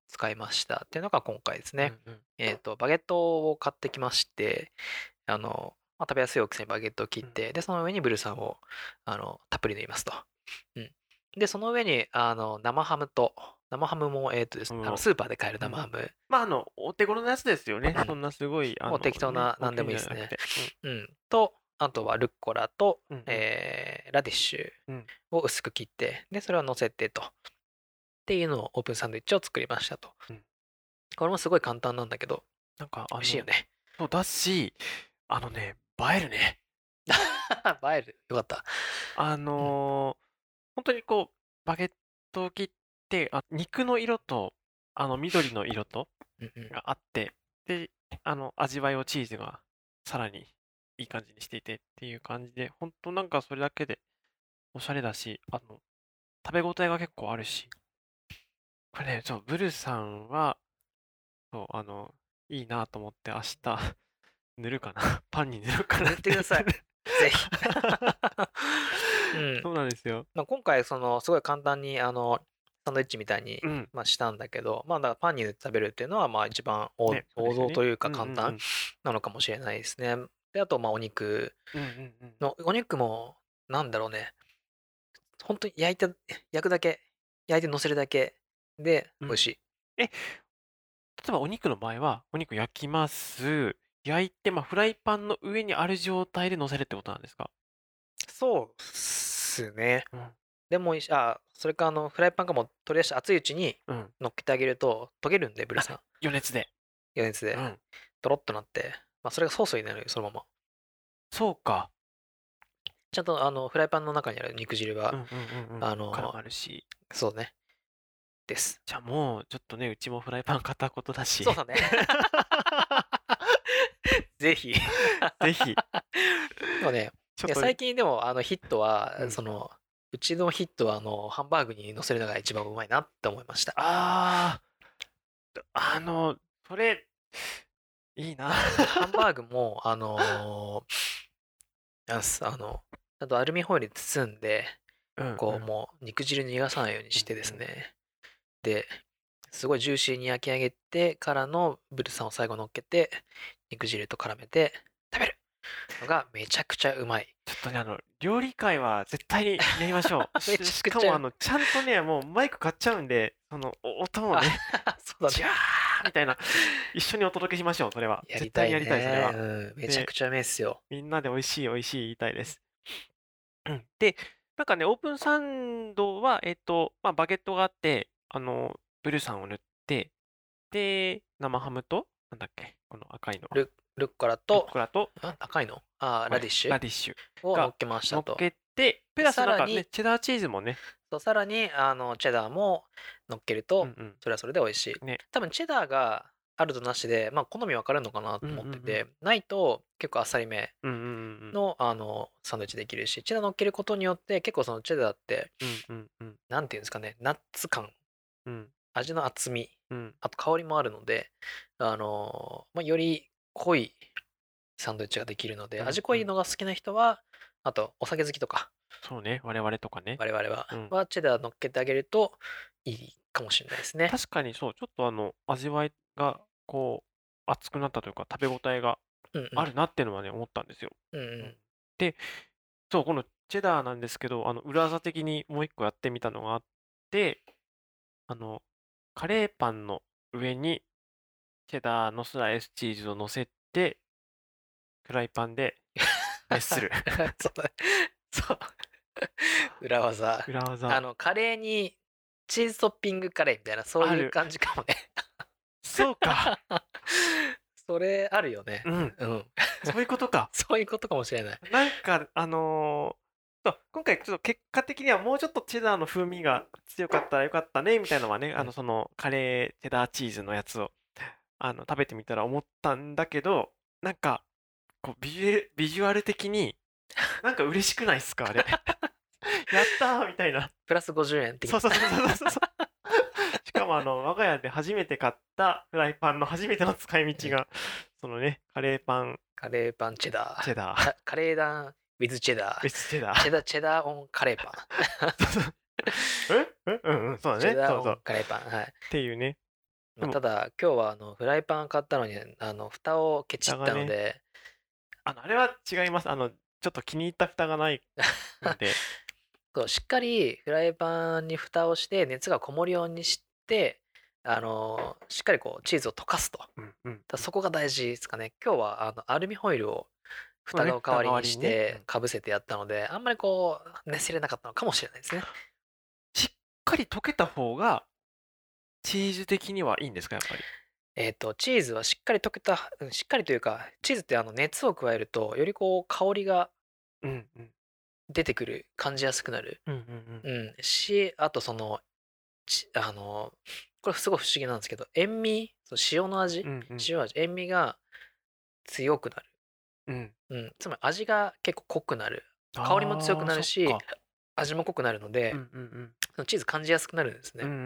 使いましたっていうのが今回ですね。 うんうんえっと、バゲットを買ってきまして、あの、まあ、食べやすい大きさにバゲットを切っうんて、で、その上にブルサンを、あの、たっぷり塗りますと。うん。で、その上に、あの、生ハムと、生ハムも、えっとですね、あの、 あのスーパーで買える生ハム、 まあ、あの、お手頃なやつですよね。 うんそんなすごい、あの、 もう適当ね、 な何で大きいんもいいですね。 じゃなくて。 うん。と、あとはルッコラと、 うんうんえーラディッシュうんを薄く切って、で、それを乗せてと。っていうのをオープンサンドイッチを作りましたと。 うんこれもすごい簡単なんだけど、 なんか、あ美味しいよの、 ね。 そうだし、あのね、映えるね。 映える。よかった。 あうん。 のー本当にこう、バゲットを切って、あ、肉の色と、あの、緑の色と、 うんうん。 があって、で、あの、味わいをチーズがさらにいい感じにしていてっていう感じで、本当なんかそれだけでおしゃれだし、あの、食べ応えが結構あるし、これね、そう、ブルさんは、そう、あの、いいなと思って明日塗るかなパンに塗るかな塗ってください。ぜひ。うそん。 うなんですよ。 まあ、今回、その、すごい簡単に、あの、サンドイッチみたいに、 うん。 まあ、したんだけど、まあ、だからパンに塗って食べるっていうのは、まあ、一番王ね、そう王ですよね。 道というかうんうん簡単うん。 なのかもしれないですね。で、あと、まあ、お肉うんうんうん。 の、お肉も、なんだろうね。本当に焼いた、焼くだけ、焼いて乗せるだけでうん。 美味しい。 え、例えばお肉の場合は、お肉焼きます。焼いて、まあ、フライパンの上にある状態で乗せるってことなんですか？ そうっすね。 うん。 でもいいし、あ、それかあの、フライパンがもう取り出して熱いうちにうん。 乗っけてあげると溶けるんで、ブルあ、 さん。 余熱で。 余熱で。 うん。 とろっとなって、まあ、それがソースになるよ、そのまま。 そうか。 ちゃんとあの、フライパンの中にある肉汁が、 うんうんうんうん。絡あの、 まるし。 そうね、です。 じゃあもう、ちょっとね、うちもフライパン買ったことだし。 そうだね。ぜひ。 ぜひ、 でもね、いや、 ちょっと、 最近でもあのヒットは、 うん。 その、うちのヒットはあの、ハンバーグに乗せるのが一番うまいなって思いました。 ああ、あの、それ、いいな。 ハンバーグも、あのーなんす、あの、ちゃんとアルミホイルで包んで、 うんうこう、 ん。 もう肉汁逃がさないようにしてでうんうん。 すね。で、すごいジューシーに焼き上げてからのブルサンを最後乗っけて、肉汁と絡めて食べるのがめちゃくちゃうまい。 ちょっとね、あの、料理会は絶対にやりましょう。 めしちゃくちゃ、 しかもあの、ちゃんとね、もうマイク買っちゃうんで、その、お音もあ、 ね、 そうだね。 ジャーみたいな、一緒にお届けしましょう、それは。 やりたい絶対にやりたい、それね。 は。 うん。めちゃくで、 ちゃうめえっすよ。 みんなで美味しい美味しい言いたいです。うん。で、なんかね、オープンサンドは、えっと、まあ、バゲットがあって、あの、ブルサンを塗って、で、生ハムと、なんだっけ、この赤いのは。 ル、ルッコラルッと、 コラと、 あ、赤いのあ、 これ、 ラディッシュラディッシュがを乗っけましたと。 乗っけて、プで、 ラスなんかね、 さらに、 チェダーチーズもね、 そうさらに、あの、チェダーも乗っけると、 うんうん。 それはそれで美味しい。 ね。 多分、チェダーがあるとなしで、まあ、好み分かれるのかなとうんうんうん。 思ってて、ないと結構あっさりめうんうんうんうん。 の、あの、サンドイッチできるし、チェダー乗っけることによって、結構そのチェダーって、 うんうんうん。 なんていうんですかね、ナッツ感、 うん味の厚み、 うん。 あと香りもあるので、あの、まあ、より濃いサンドイッチができるので、 うん味濃うん。 いのが好きな人は、あと、お酒好きとか、 そうね、我々とかね。 我々は、 うん。 はチェダー乗っけてあげるといいかもしれないですね。 確かにそう、ちょっとあの、味わいが、こう、熱くなったというか、食べ応えがうんうん。 あるなっていうのはね、思ったんですよ。 うんううん。 ん。 で、そう、このチェダーなんですけど、あの、裏技的にもう一個やってみたのがあって、あの、カレーパンの上にチェダーのスライスチーズを乗せて、フライパンで熱する。 そうだ。そう。裏技。 裏技。 あの、カレーにチーズトッピングカレーみたいな、そうある。 いう感じかもね。 そうか。 それあるよね。 うん。 うん。 そういうことか。 そういうことかもしれない。 なんか、あのーそう、今回ちょっと結果的にはもうちょっとチェダーの風味が強かったらよかったね、みたいなのはね、あの、 うん。 その、カレーチェダーチーズのやつを、あの、食べてみたら思ったんだけど、なんか、こう、ビジュ、ビジュアル的に、なんか嬉しくないっすか、あれ。やったーみたいな。 プラスごじゅうえん的な。 そうそうそうそうそうそう。しかもあの、我が家で初めて買ったフライパンの初めての使い道が、そのね、カレーパンカレーパンチェダー。 チェダー、 カカレーダン with チェダー。 別チェダー。 チェダー、チェダーオンカレーパン。 そうそうええうんうん、そうだね。 チェダーオンそうそう。っカレーパン。はい。 ていうね。 まあ、ただ今日はあのフライパン買ったのにあの蓋をケチったので、ね、 あのあれは違います。あのちょっと気に入った蓋がないのでそうしっかりフライパンに蓋をして熱がこもるようにしてあのしっかりこうチーズを溶かすと、うんうん、だそこが大事ですかね。今日はあのアルミホイルを蓋の代わりにしてかぶせてやったので、あんまりこう熱せれなかったのかもしれないですね。 しっかり溶けた方がチーズ的にはいいんですか、やっぱり。 えっとチーズはしっかり溶けた、しっかりというかチーズってあの熱を加えるとよりこう香りが出てくる、感じやすくなる、うんうんうんうん、し、あとそのあのこれすごい不思議なんですけど、塩味、その塩の味、うんうん、塩味、塩味が強くなる、うんうん、つまり味が結構濃くなる、香りも強くなるし味も濃くなるので、うんうんうん、チーズ感じやすくなるんですね、うんうんうん、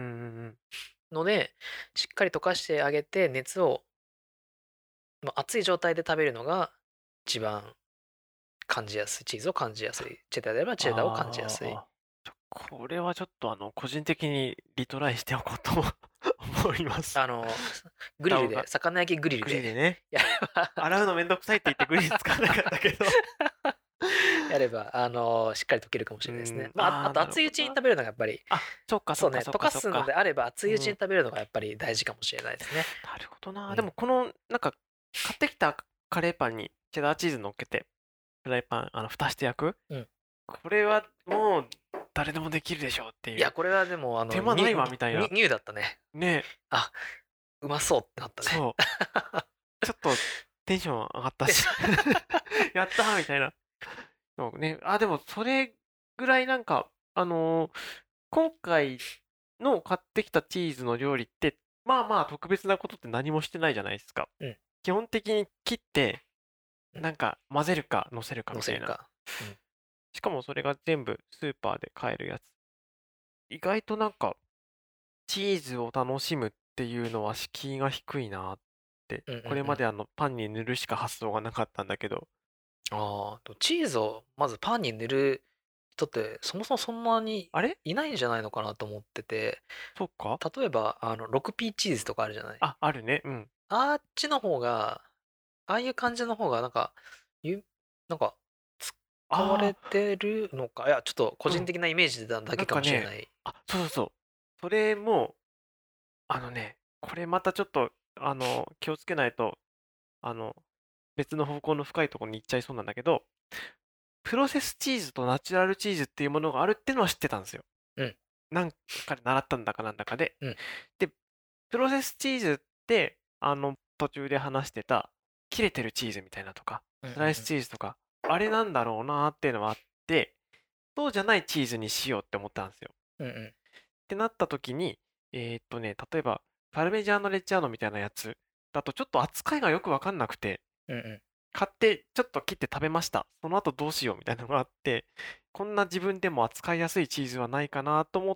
のでしっかり溶かしてあげて熱を、まあ、熱い状態で食べるのが一番感じやすい、チーズを感じやすい、チェダーであればチェダーを感じやすい。 これはちょっとあの個人的にリトライしておこうと思います。 あのグリルで、魚焼きグリルで、 グリルでね、やれば洗うのめんどくさいって言ってグリル使わなかったけどやればあのしっかり溶けるかもしれないですね。まあ、あと熱いうちに食べるのがやっぱり、 あ、そうかそうかそうか、 溶かすのであれば熱いうちに食べるのがやっぱり大事かもしれないですね。 なるほどな。でもこのなんか買ってきたカレーパンにチェダーチーズ乗っけてフライパンあの蓋して焼く、うん、これはもう誰でもできるでしょうっていう。 いやこれはでもあの手間ないわみたいな。 ニューだったね。 ね。 あ、うまそうってなったね。 そう。ちょっとテンション上がったしやったーみたいな。そうね。あ、でもそれぐらいなんかあのー、今回の買ってきたチーズの料理ってまあまあ特別なことって何もしてないじゃないですか。うん、基本的に切ってなんか混ぜるか乗せるかみたいな。うん、しかもそれが全部スーパーで買えるやつ。意外となんかチーズを楽しむっていうのは敷居が低いなって、うんうんうん、これまであのパンに塗るしか発想がなかったんだけど。 ああ、チーズをまずパンに塗る人ってそもそもそんなにいないんじゃないのかなと思ってて。 そっか。 例えばあの ろくピー チーズとかあるじゃない。 あ、あるね。うん。 あっちの方が、ああいう感じの方がなんかゆなんか使われてるのか、いやちょっと個人的なイメージだけかもしれない。うん、 ね、あ、そうそうそう。それもあのね、これまたちょっとあの気をつけないとあの別の方向の深いところに行っちゃいそうなんだけど、プロセスチーズとナチュラルチーズっていうものがあるっていうのは知ってたんですよ。うん。なんかで習ったんだかなんだかで。うん、で、プロセスチーズって、あの、途中で話してた、切れてるチーズみたいなとか、スライスチーズとか、あれなんだろうなーっていうのはあって、そうじゃないチーズにしようって思ったんですよ。うんうん、ってなった時に、えー、っとね、例えば、パルメジャーノ・レッジャーノみたいなやつだとちょっと扱いがよくわかんなくて、うんうん、買ってちょっと切って食べました。その後どうしようみたいなのがあって、こんな自分でも扱いやすいチーズはないかなと思って、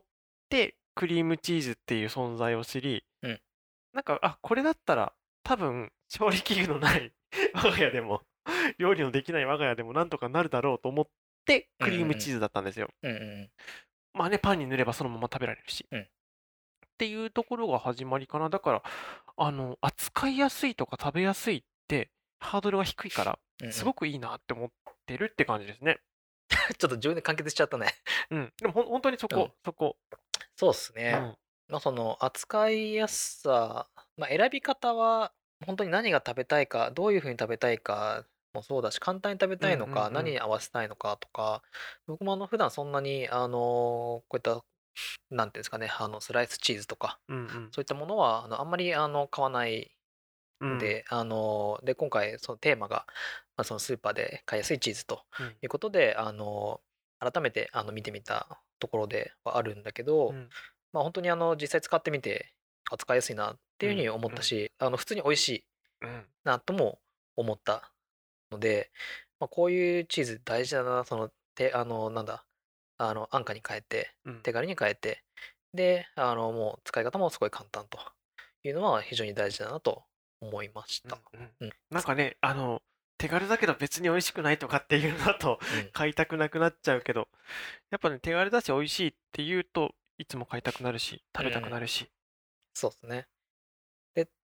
クリームチーズっていう存在を知り、うん、なんか、あ、これだったら多分調理器具のない我が家でも料理のできない我が家でもなんとかなるだろうと思ってクリームチーズだったんですよ。うんうんうん、まあね、パンに塗ればそのまま食べられるし。うん、っていうところが始まりかな。だから、あの、扱いやすいとか食べやすいってハードルが低いから、すごくいいなって思ってるって感じですね。 ちょっと自分で完結しちゃったね。 うん。でもほん本当にそこ、うん、そこ。 そうっすね。うん、まあその扱いやすさ、まあ、選び方は本当に何が食べたいか、どういう風に食べたいかもそうだし、簡単に食べたいのか、うんうんうん、何に合わせたいのかとか、僕もあの普段そんなにあのこういったなんていうんですかね、あのスライスチーズとか、うんうん、そういったものはあのあんまりあの買わないで、うん、あので今回そのテーマが、まあ、そのスーパーで買いやすいチーズということで、うん、あの改めてあの見てみたところではあるんだけど、うん、まあ本当にあの実際使ってみて扱いやすいなっていうふうに思ったし、うんうん、あの普通に美味しいなとも思ったので、まあ、こういうチーズ大事だな、そのてあのなんだあの安価に変えて手軽に変えて、うん、であのもう使い方もすごい簡単というのは非常に大事だなと思いました。 うんうんうん、なんかね、あの手軽だけど別に美味しくないとかっていうのだと、うん、買いたくなくなっちゃうけど、やっぱね手軽だし美味しいっていうといつも買いたくなるし食べたくなるし、うん、 そうですね。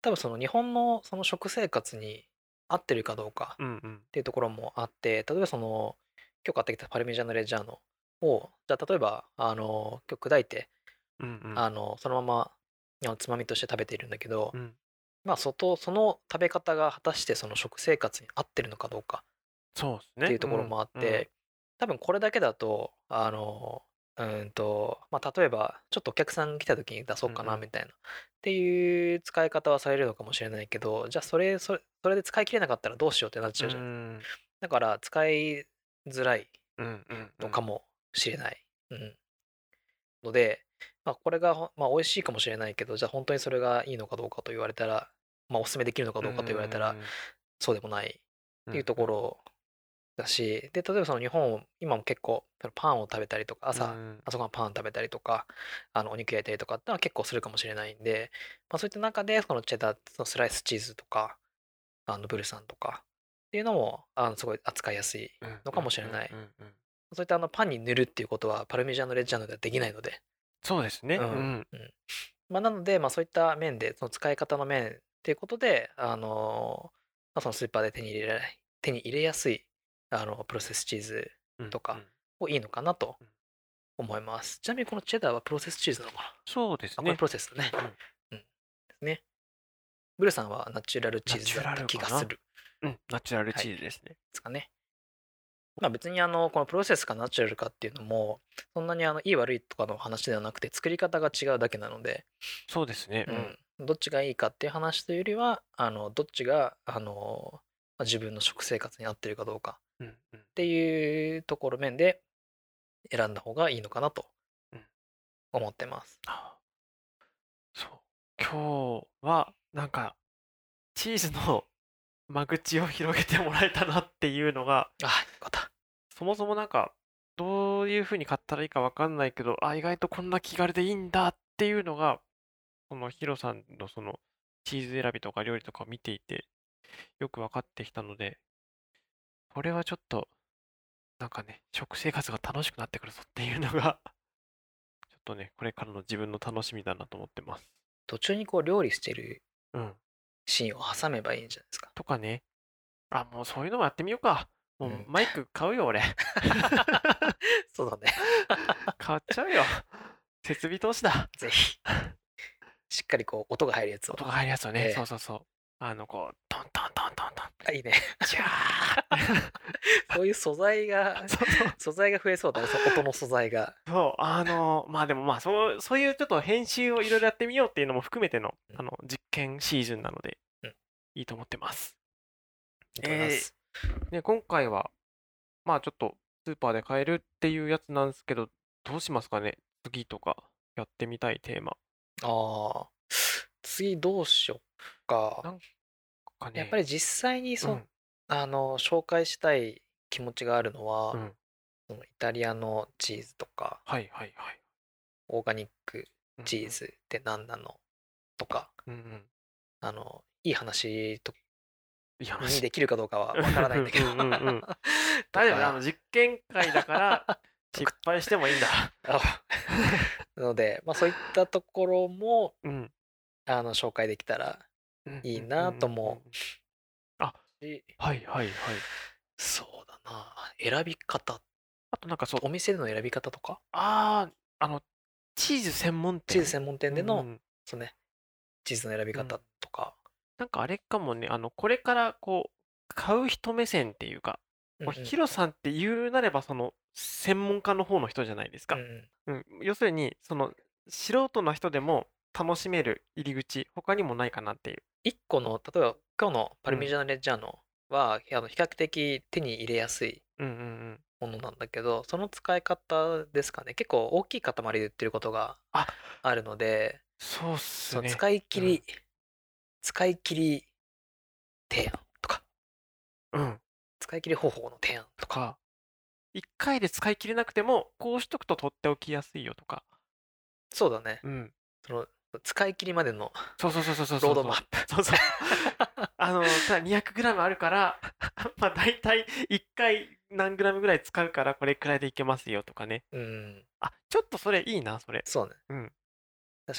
多分その日本のその食生活に合ってるかどうかうんうんっていうところもあって、例えばその今日買ってきたパルミジャーノ・レッジャーノを、じゃあ例えばあの今日砕いてうんうんあのそのままあのつまみとして食べているんだけど、 うんまあ外その食べ方が果たしてその食生活に合ってるのかどうかそうですね。 っていうところもあっうんうんて、多分これだけだとあのうーんとまあ例えばちょっとお客さん来た時に出そうかうんうんなみたいなっていう使い方はされるのかもしれないけど、じゃあそれそれそれで使い切れなかったらどうしようってなっちうゃうじゃないですか。 んだから使いづらいうんうんうんのかもしれない。うん。ので、まあ、これがほ、まあ、美味しいかもしれないけど、じゃあ本当にそれがいいのかどうかと言われたら、まあ、お勧めできるのかうどうかと言われたら、 んそうでもないっていうとこうんろだし、で、例えばその日本、今も結構、パンを食べたりとか、朝、 うん朝ごはんパン食べたりとか、あのお肉焼いたりとかってのは結構するかもしれないんで、まあ、そういった中で、このチェダー、そのスライスチーズとか、あのブルサンとかっていうのも、あのすごい扱いやすいうんのかもしれない。 うんうんうんそういったあのパンに塗るっていうことは、パルミジャーノ・レッジャーノではできないので、 そうですね。 うん、 うんうん。まあ、なので、まあ、そういった面で、その使い方の面っていうことで、あのまあ、そのスーパーで手に入れられ、手に入れやすい、あの、プロセスチーズうんとかうんをいいのかなとうん思います。ちなみにこのチェダーはプロセスチーズなのかな。 そうですあ、これね。 プロセスだね。 うんうんうん。ですね。ブルさんはナチュラルチナチューズだったラルかな。 気がする。 うん、ナチュラルはい。 チーズですね。 ですかね。まあ別にあの、このプロセスかナチュラルかっていうのも、そんなにあの、いい悪いとかの話ではなくて、作り方が違うだけなので、 そうですね。うん。 うん、どっちがいいかっていう話というよりは、あのどっちがあの、まあ、自分の食生活に合ってるかどうかうんうんっていうところ面で選んだ方がいいのかなとうん思ってます。 あそう。今日は、なんか、チーズの間口を広げてもらえたなっていうのが、 あ、よかった。 そもそもなんか、どういう風に買ったらいいかわかんないけど、あ、意外とこんな気軽でいいんだっていうのが、そのヒロさんのそのチーズ選びとか料理とかを見ていて、よく分かってきたので、これはちょっと、なんかね、食生活が楽しくなってくるぞっていうのがちょっとね、これからの自分の楽しみだなと思ってます。 途中にこう料理してるうん。 シーンを挟めばいいんじゃないですか。 とかね。あ、もうそういうのもやってみようか。もううんマイク買うよ、俺。 そうだね。 買っちゃうよ。設備投資だ。 ぜひ。しっかりこう音が入るやつを。 音が入るやつをね、 ええそうそうそう。あの、こう、トントントントントン。 あ、いいね。 ジャーそういう素材が、 そうそう。 素材が増えそうだね。その音の素材が。 そう、あの、まあでもまあ、そう、そういうちょっと編集をいろいろやってみようっていうのも含めての、 うんあの、実験シーズンなのでうん、 いいと思ってます。 いいと思います。 ね、今回は、まあちょっとスーパーで買えるっていうやつなんですけど、どうしますかね次とかやってみたいテーマ。 ああ、次どうしよっか。 なんかね、 やっぱり実際にそ、 うん、 あの、紹介したい気持ちがあるのは、 うん。 そのイタリアのチーズとか、 はいはいはい。 オーガニックうんチーズって何なのとか、 うんうん。 あの、いい話といい話。 にできるかどうかはわからないんだけど。 うんうんうんうんと大丈夫、あのか実験会だから失敗してもいいんだ。 あなので、まあそういったところも、 うん。 あの、紹介できたらいいなともうんうんうんうん。あ、 し、 はいはいはい。 そうだな、選び方、 あとなんかそう、 お店での選び方とか、 ああ、あの、チーズ専門店。 チーズ専門店での、 うんうんそうね、チーズの選び方とか、 なんかあれかもね、あの、これからこう、買う人目線っていうか、 うんうんこうヒロさんって言うなればその、専門家の方の人じゃないですか。 うんうんうん、要するに、その、素人の人でも楽しめる入り口、他にもないかなっていう。 一個の、例えば今日のパルミジャーノ・レッジャーノは、あの比較的手に入れやすいうんうんうん。 ものなんだけど、その使い方ですかね。結構大きい塊で売ってることがあ、 あるので、 そうっすね。 その使い切うんり、使い切り提案とか、 うん。 使い切り方法の提案とか、 とか、一回で使い切れなくても、こうしとくと取っておきやすいよとか。 そうだね。 うん。 その使い切りまでのそうそうそうそうそうそう。 ロードマップ。 そうそう。あの、ただ にひゃくグラム あるから、まあ大体いっかい何グラムぐらい使うからこれくらいでいけますよとかね。 うん、 あ、ちょっとそれいいな、それ。 そうね。 うん。 確かに。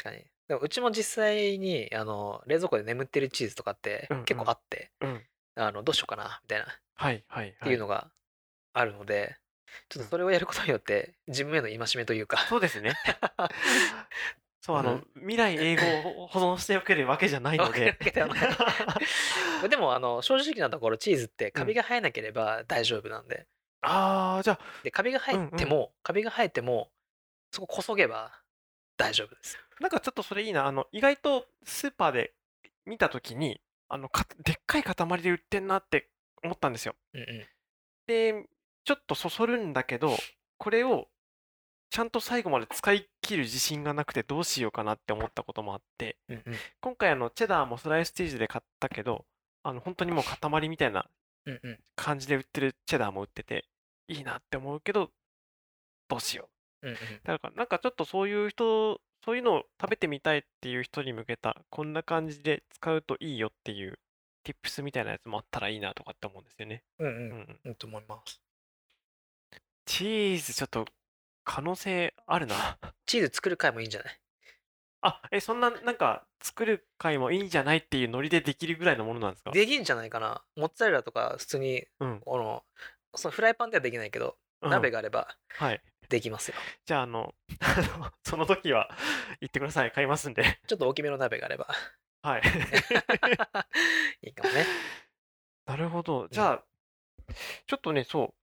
でもうちも実際にあの冷蔵庫で眠ってるチーズとかってうんうん結構あって、 うんあのどうしようかなみたいなっはいはいてはい。 いうのがあるので、ちょっうんとそれをやることによって自分への戒めというかそうですね。そう、あの、 うん未来永劫を保存しておけるわけじゃないのわけわで。 けではないでもあの正直なところチーズってうんカビが生えなければ大丈夫なんで、 ああ、じゃあ、 でカビが生えうんうん。 ても、カビが生えてもそここそげば大丈夫です。 なんかちょっとそれいいな。あの、意外とスーパーで見たときに、あの、かでっかい塊で売ってんなって思ったんですよ。 うんうんで、ちょっとそそるんだけど、これをちゃんと最後まで使い切る自信がなくてどうしようかなって思ったこともあって、 うんうん今回あの、チェダーもスライスチーズで買ったけど、あの、本当にもう塊みたいなうんうん感じで売ってるチェダーも売ってて、いいなって思うけど、どうしよう。 うんうんだからなんかちょっとそういう人、そういうのを食べてみたいっていう人に向けた、こんな感じで使うといいよっていう、tips みたいなやつもあったらいいなとかって思うんですよね。 うんううんうんん。 いいと思います。 チーズちょっと可能性あるな。 チーズ作る回もいいんじゃない？ あ、え、そんななんか作る回もいいんじゃないっていうノリでできるぐらいのものなんですか？ できんじゃないかな。モッツァレラとか普通にうん。 このそのフライパンではできないけど、 うん鍋があればはい。 できますよ。 じゃあ、あの、あのその時は言ってください。買いますんで。 ちょっと大きめの鍋があればはい。 いいかもね。 なるほど。じゃあ、ちょっとね、そう、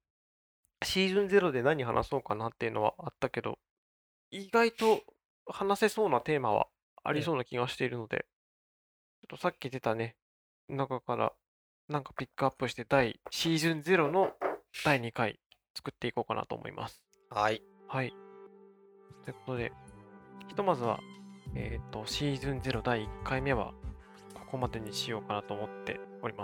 シーズンゼロで何話そうかなっていうのはあったけど、意外と話せそうなテーマはありそうな気がしているので、ちょっとさっき出たね、中からなんかピックアップして第シーズンゼロのだいにかい作っていこうかなと思います。 はい。 はい。ということで、ひとまずは、えっと、シーズンゼロだいいっかいめはここまでにしようかなと思っております。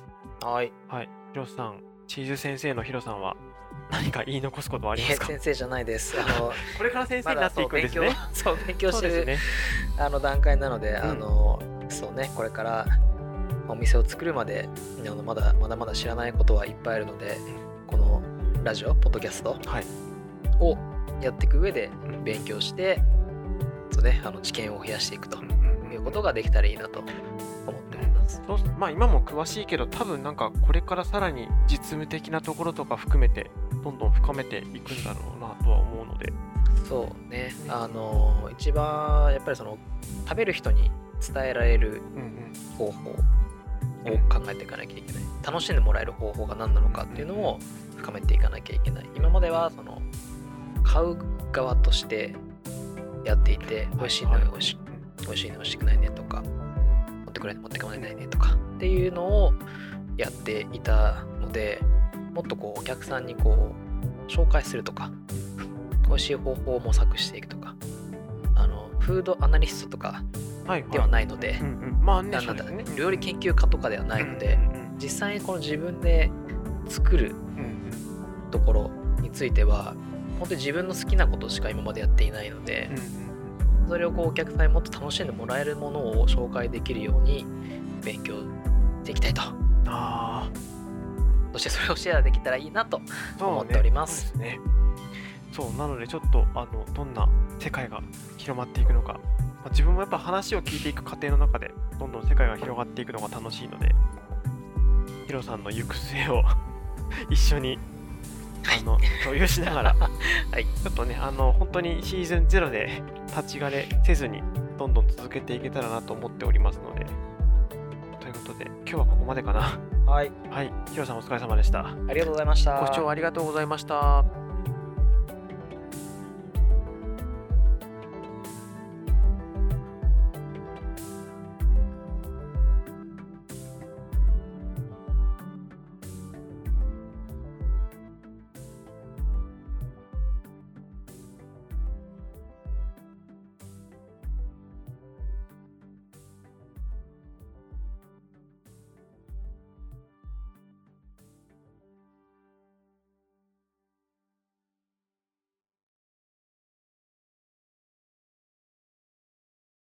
はい。 はい。ヒロさん、チーズ先生のヒロさんは何か言い残すことはありいえ、 ますか？ 先生じゃないです。あのこれから先生まだになっていそう勉強くんですね。 そう勉強してるそうですね。 あの段階なので、 んあのそうね、これからお店を作るまであのまだまだまだ知らないことはいっぱいあるので、このラジオポッドキャストはい。 をやっていく上でん勉強して、そうね、あの知見を増やしていくということができたらいいなと思っております。 そうっすまあ今も詳しいけど、多分なんかこれからさらに実務的なところとか含めてどんどん深めていくんだろうなとは思うので。 そうね、あの一番やっぱりその食べる人に伝えられるうんうん。 方法を考えていかなきゃいけない。楽しんでもらえる方法が何なのかっていうのを深めていかなきゃいけない。今まではその買う側としてやっていて、美味しいのよ、美味し美味しいの美味しくないねとか、持ってくれ持ってかないねとかっていうのをやっていたので、もっとこうお客さんにこう紹介するとか、美味しい方法を模索していくとか、あのフードアナリストとかはいではないので、 うんうん。まあね、 なんだそうですね。 料理研究家とかではないので、 うんうん実際にこの自分で作るうんところについては本当に自分の好きなことしか今までやっていないので、 うんうんそれをこうお客さんにもっと楽しんでもらえるものを紹介できるように勉強していきたいと。 うん。ああ、 そしてそれをシェアできたらいいなとそうね思っておりますそうですね。そうなのでちょっとあのどんな世界が広まっていくのか、まあ、自分もやっぱ話を聞いていく過程の中でどんどん世界が広がっていくのが楽しいので、ヒロさんの行く末を一緒にあの共有しながら、 はい、 ちょっとねあの本当にシーズンゼロで立ち枯れせずにどんどん続けていけたらなと思っておりますので、ということで今日はここまでかな。 はい、 はい、ヒロさんお疲れ様でした。 ありがとうございました。 ご視聴ありがとうございました。